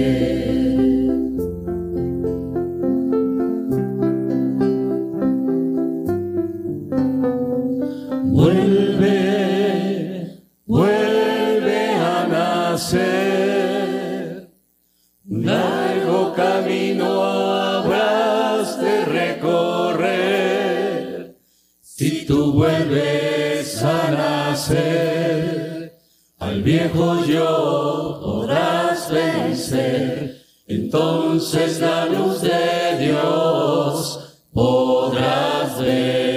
Vuelve a nacer. Un largo camino habrás de recorrer. Si tú vuelves a nacer, al viejo yo podrás vencer. Entonces la luz de Dios podrás ver.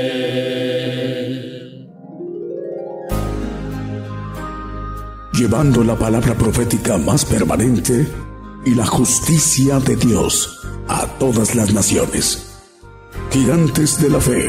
Llevando la palabra profética más permanente y la justicia de Dios a todas las naciones. Gigantes de la Fe.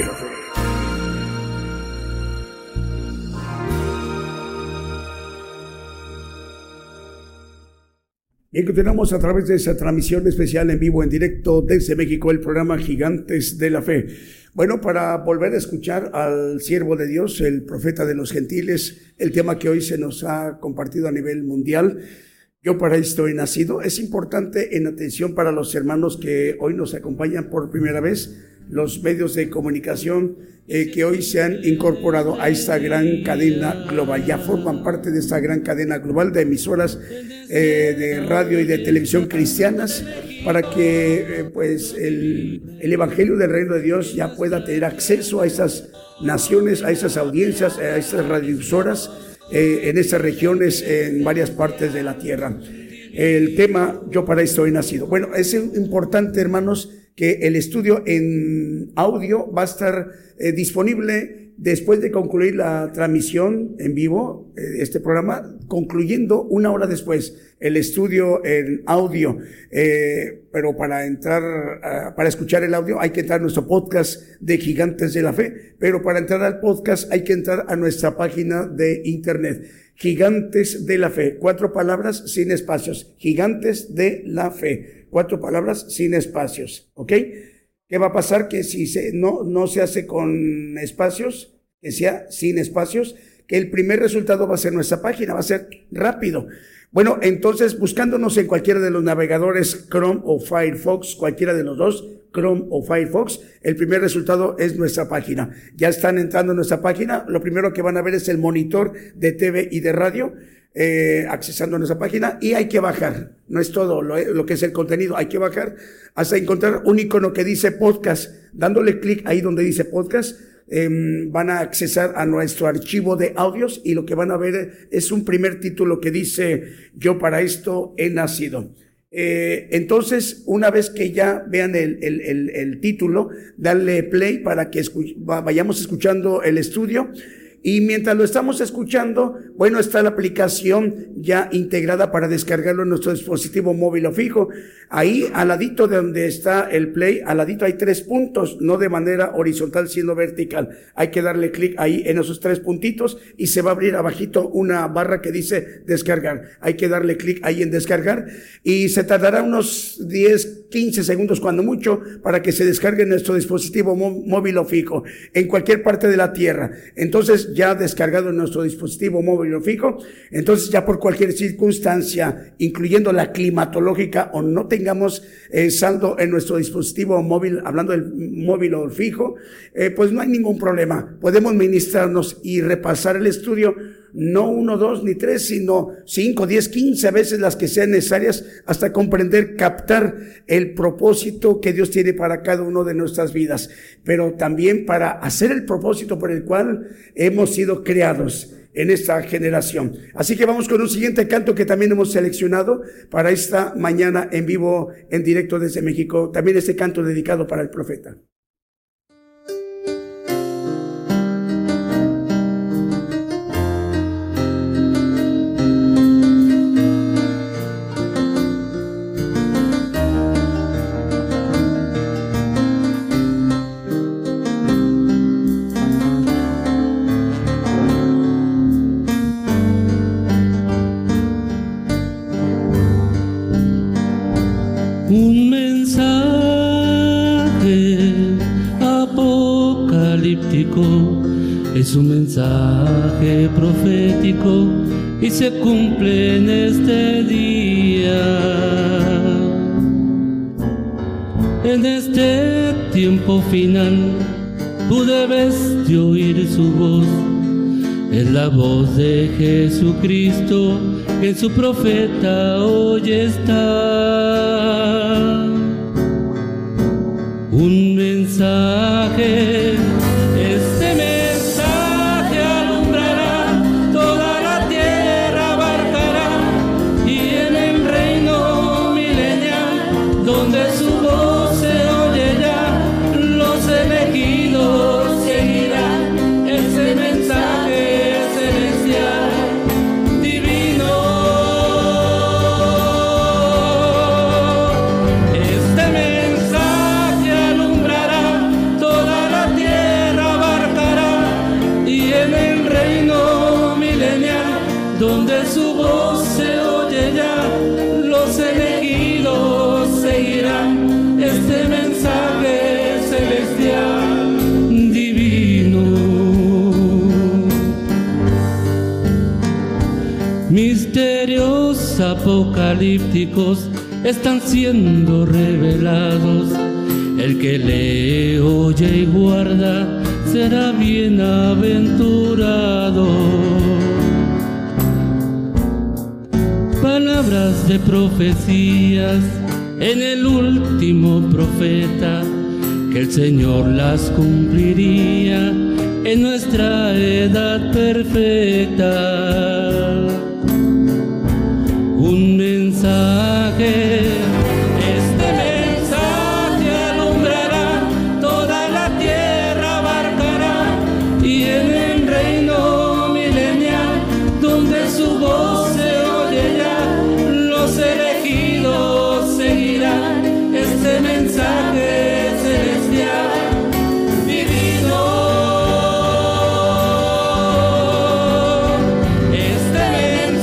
Bien, continuamos a través de esa transmisión especial en vivo, en directo desde México, el programa Gigantes de la Fe. Bueno, para volver a escuchar al siervo de Dios, el profeta de los gentiles, el tema que hoy se nos ha compartido a nivel mundial, yo para esto he nacido. Es importante en atención para los hermanos que hoy nos acompañan por primera vez, los medios de comunicación que hoy se han incorporado a esta gran cadena global, ya forman parte de esta gran cadena global de emisoras de radio y de televisión cristianas, para que pues el evangelio del reino de Dios ya pueda tener acceso a esas naciones, a esas audiencias, a esas radiodifusoras en esas regiones, en varias partes de la tierra. El tema, yo para esto he nacido. Bueno, es importante, hermanos, que el estudio en audio va a estar disponible después de concluir la transmisión en vivo, este programa, concluyendo una hora después el estudio en audio. Pero para entrar, para escuchar el audio hay que entrar a nuestro podcast de Gigantes de la Fe, pero para entrar al podcast hay que entrar a nuestra página de internet. Gigantes de la Fe, 4 palabras sin espacios. Gigantes de la Fe, 4 palabras sin espacios, ¿ok? ¿Qué va a pasar? Que si no se hace con espacios, que sea sin espacios, que el primer resultado va a ser nuestra página, va a ser rápido. Bueno, entonces buscándonos en cualquiera de los navegadores Chrome o Firefox, cualquiera de los dos, Chrome o Firefox, el primer resultado es nuestra página. Ya están entrando en nuestra página, lo primero que van a ver es el monitor de TV y de radio. accesando a nuestra página, y hay que bajar, no es todo lo que es el contenido, hay que bajar hasta encontrar un icono que dice podcast. Dándole clic ahí donde dice podcast, van a accesar a nuestro archivo de audios, y lo que van a ver es un primer título que dice: Yo para esto he nacido. Entonces, una vez que ya vean el título, darle play para que vayamos escuchando el estudio. Y mientras lo estamos escuchando, bueno, está la aplicación ya integrada para descargarlo en nuestro dispositivo móvil o fijo. Ahí, al ladito de donde está el play, al ladito hay 3 puntos, no de manera horizontal, sino vertical. Hay que darle clic ahí en esos 3 puntitos y se va a abrir abajito una barra que dice descargar. Hay que darle clic ahí en descargar y se tardará unos 10, 15 segundos cuando mucho para que se descargue en nuestro dispositivo móvil o fijo en cualquier parte de la tierra. Entonces, ya descargado en nuestro dispositivo móvil o fijo, entonces ya por cualquier circunstancia, incluyendo la climatológica, o no tengamos saldo en nuestro dispositivo móvil, hablando del móvil o fijo, pues no hay ningún problema. Podemos ministrarnos y repasar el estudio, no 1, 2 ni 3, sino 5, 10, 15 veces las que sean necesarias, hasta comprender, captar el propósito que Dios tiene para cada uno de nuestras vidas, pero también para hacer el propósito por el cual hemos sido creados en esta generación. Así que vamos con un siguiente canto que también hemos seleccionado para esta mañana en vivo, en directo desde México. También este canto dedicado para el profeta. Un mensaje apocalíptico es un mensaje profético y se cumple en este día. En este tiempo final tú debes de oír su voz. Es la voz de Jesucristo que en su profeta hoy está. Un mensaje, este mensaje alumbrará, toda la tierra abarcará, y en el reino milenial, donde su voz se oye ya, los elegidos seguirán ese mensaje celestial, divino. Este mensaje alumbrará, toda la tierra abarcará, y en el reino milenial, donde su voz se oye ya, los elegidos seguirán este mensaje celestial, divino. Misterios apocalípticos están siendo revelados. El que lee, oye y guarda será bienaventurado. Palabras de profecías en el último profeta, que el Señor las cumpliría en nuestra edad perfecta. Un mensaje, este mensaje alumbrará, toda la tierra abarcará, y en el reino milenial, donde su voz se oye ya, los elegidos seguirán este mensaje celestial, divino. Este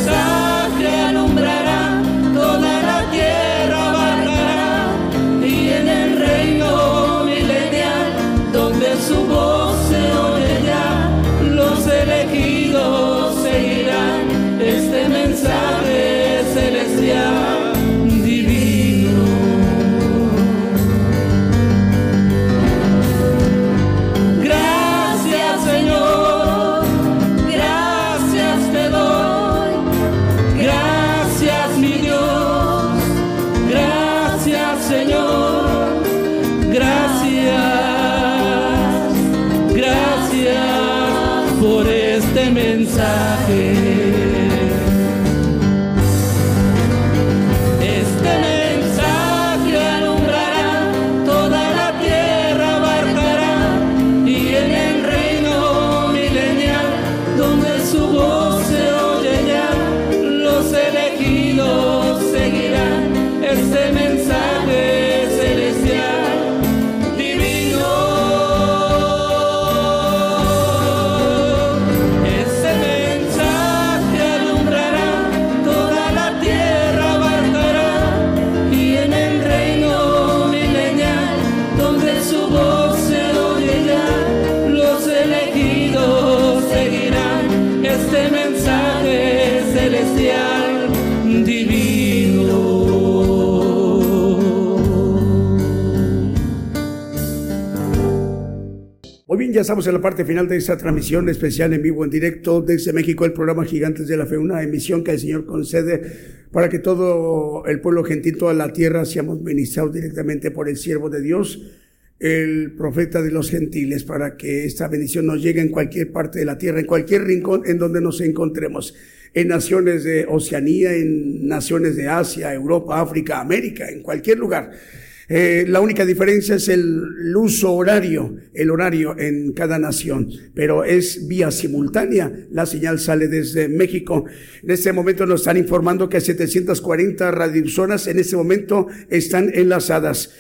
Bien, ya estamos en la parte final de esta transmisión especial en vivo, en directo desde México, el programa Gigantes de la Fe, una emisión que el Señor concede para que todo el pueblo gentil, toda la tierra, seamos ministrados directamente por el siervo de Dios, el profeta de los gentiles, para que esta bendición nos llegue en cualquier parte de la tierra, en cualquier rincón en donde nos encontremos, en naciones de Oceanía, en naciones de Asia, Europa, África, América, en cualquier lugar. La única diferencia es el uso horario, el horario en cada nación, pero es vía simultánea. La señal sale desde México. En este momento nos están informando que 740 radiodifusoras en este momento están enlazadas.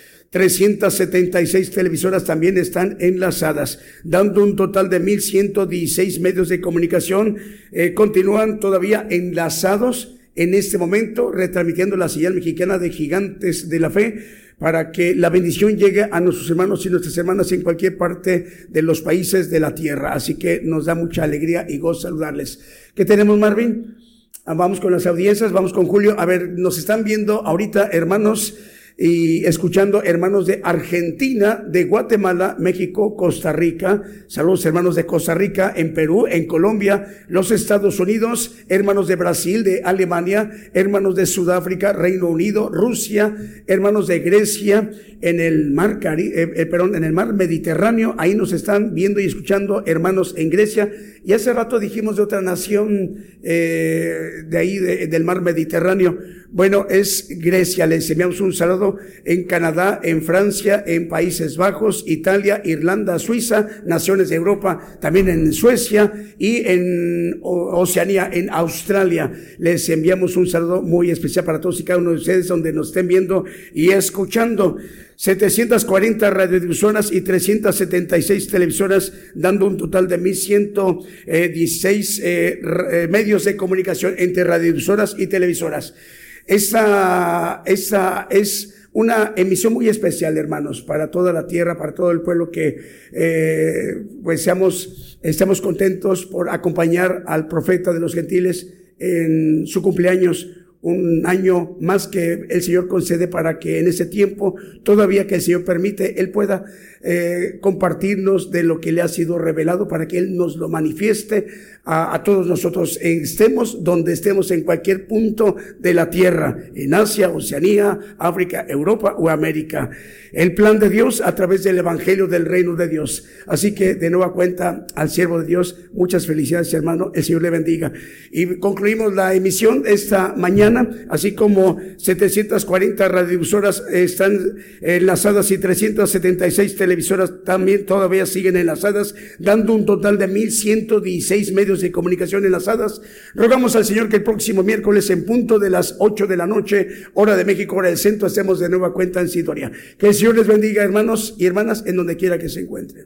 376 televisoras también están enlazadas, dando un total de 1,116 medios de comunicación. Continúan todavía enlazados en este momento, retransmitiendo la señal mexicana de Gigantes de la Fe, para que la bendición llegue a nuestros hermanos y nuestras hermanas en cualquier parte de los países de la tierra. Así que nos da mucha alegría y gozo saludarles. ¿Qué tenemos, Marvin? Vamos con las audiencias, vamos con Julio. A ver, nos están viendo ahorita hermanos y escuchando hermanos de Argentina, de Guatemala, México, Costa Rica. Saludos hermanos de Costa Rica, en Perú, en Colombia, los Estados Unidos, hermanos de Brasil, de Alemania, hermanos de Sudáfrica, Reino Unido, Rusia, hermanos de Grecia, en el mar en el mar Mediterráneo. Ahí nos están viendo y escuchando hermanos en Grecia. Y hace rato dijimos de otra nación de ahí del mar Mediterráneo. Bueno, es Grecia. Les enviamos un saludo en Canadá, en Francia, en Países Bajos, Italia, Irlanda, Suiza, naciones de Europa, también en Suecia y en Oceanía, en Australia. Les enviamos un saludo muy especial para todos y cada uno de ustedes donde nos estén viendo y escuchando. 740 radiodifusoras y 376 televisoras, dando un total de 1,116 medios de comunicación entre radiodifusoras y televisoras. Esa es una emisión muy especial, hermanos, para toda la tierra, para todo el pueblo, que pues estamos contentos por acompañar al profeta de los gentiles en su cumpleaños. Un año más que el Señor concede para que en ese tiempo, todavía que el Señor permite, Él pueda compartirnos de lo que le ha sido revelado, para que Él nos lo manifieste a todos nosotros, estemos donde estemos, en cualquier punto de la tierra, en Asia, Oceanía, África, Europa o América. El plan de Dios a través del Evangelio del Reino de Dios. Así que de nueva cuenta al siervo de Dios, muchas felicidades, hermano, el Señor le bendiga. Y concluimos la emisión esta mañana, así como 740 radiodifusoras están enlazadas y 376 televisoras también todavía siguen enlazadas, dando un total de 1,116 medios de comunicación enlazadas. Rogamos al Señor que el próximo miércoles en punto de las 8 de la noche, hora de México, hora del centro, estemos de nueva cuenta en sintonía. Que el Señor les bendiga, hermanos y hermanas, en donde quiera que se encuentren.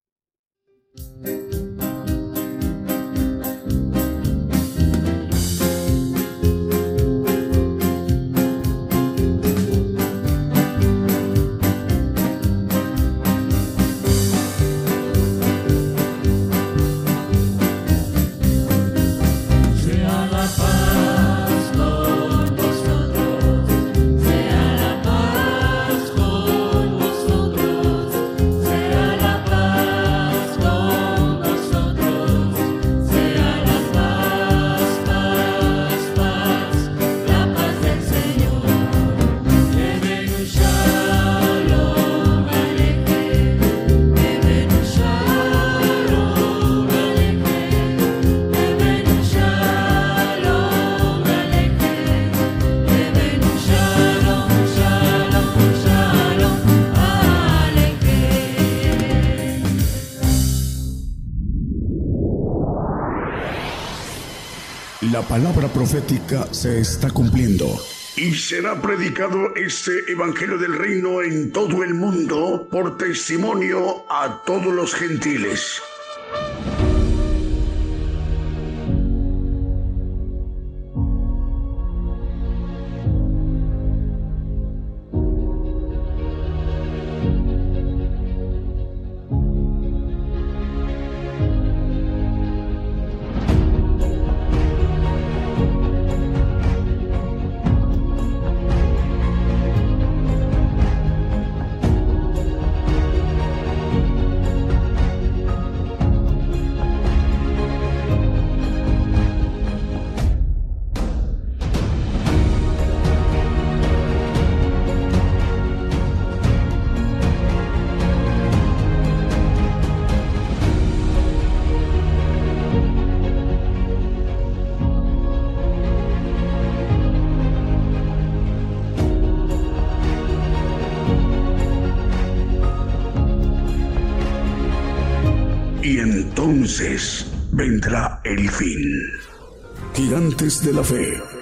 La palabra profética se está cumpliendo. Y será predicado este Evangelio del Reino en todo el mundo por testimonio a todos los gentiles. entonces vendrá el fin. Gigantes de la Fe.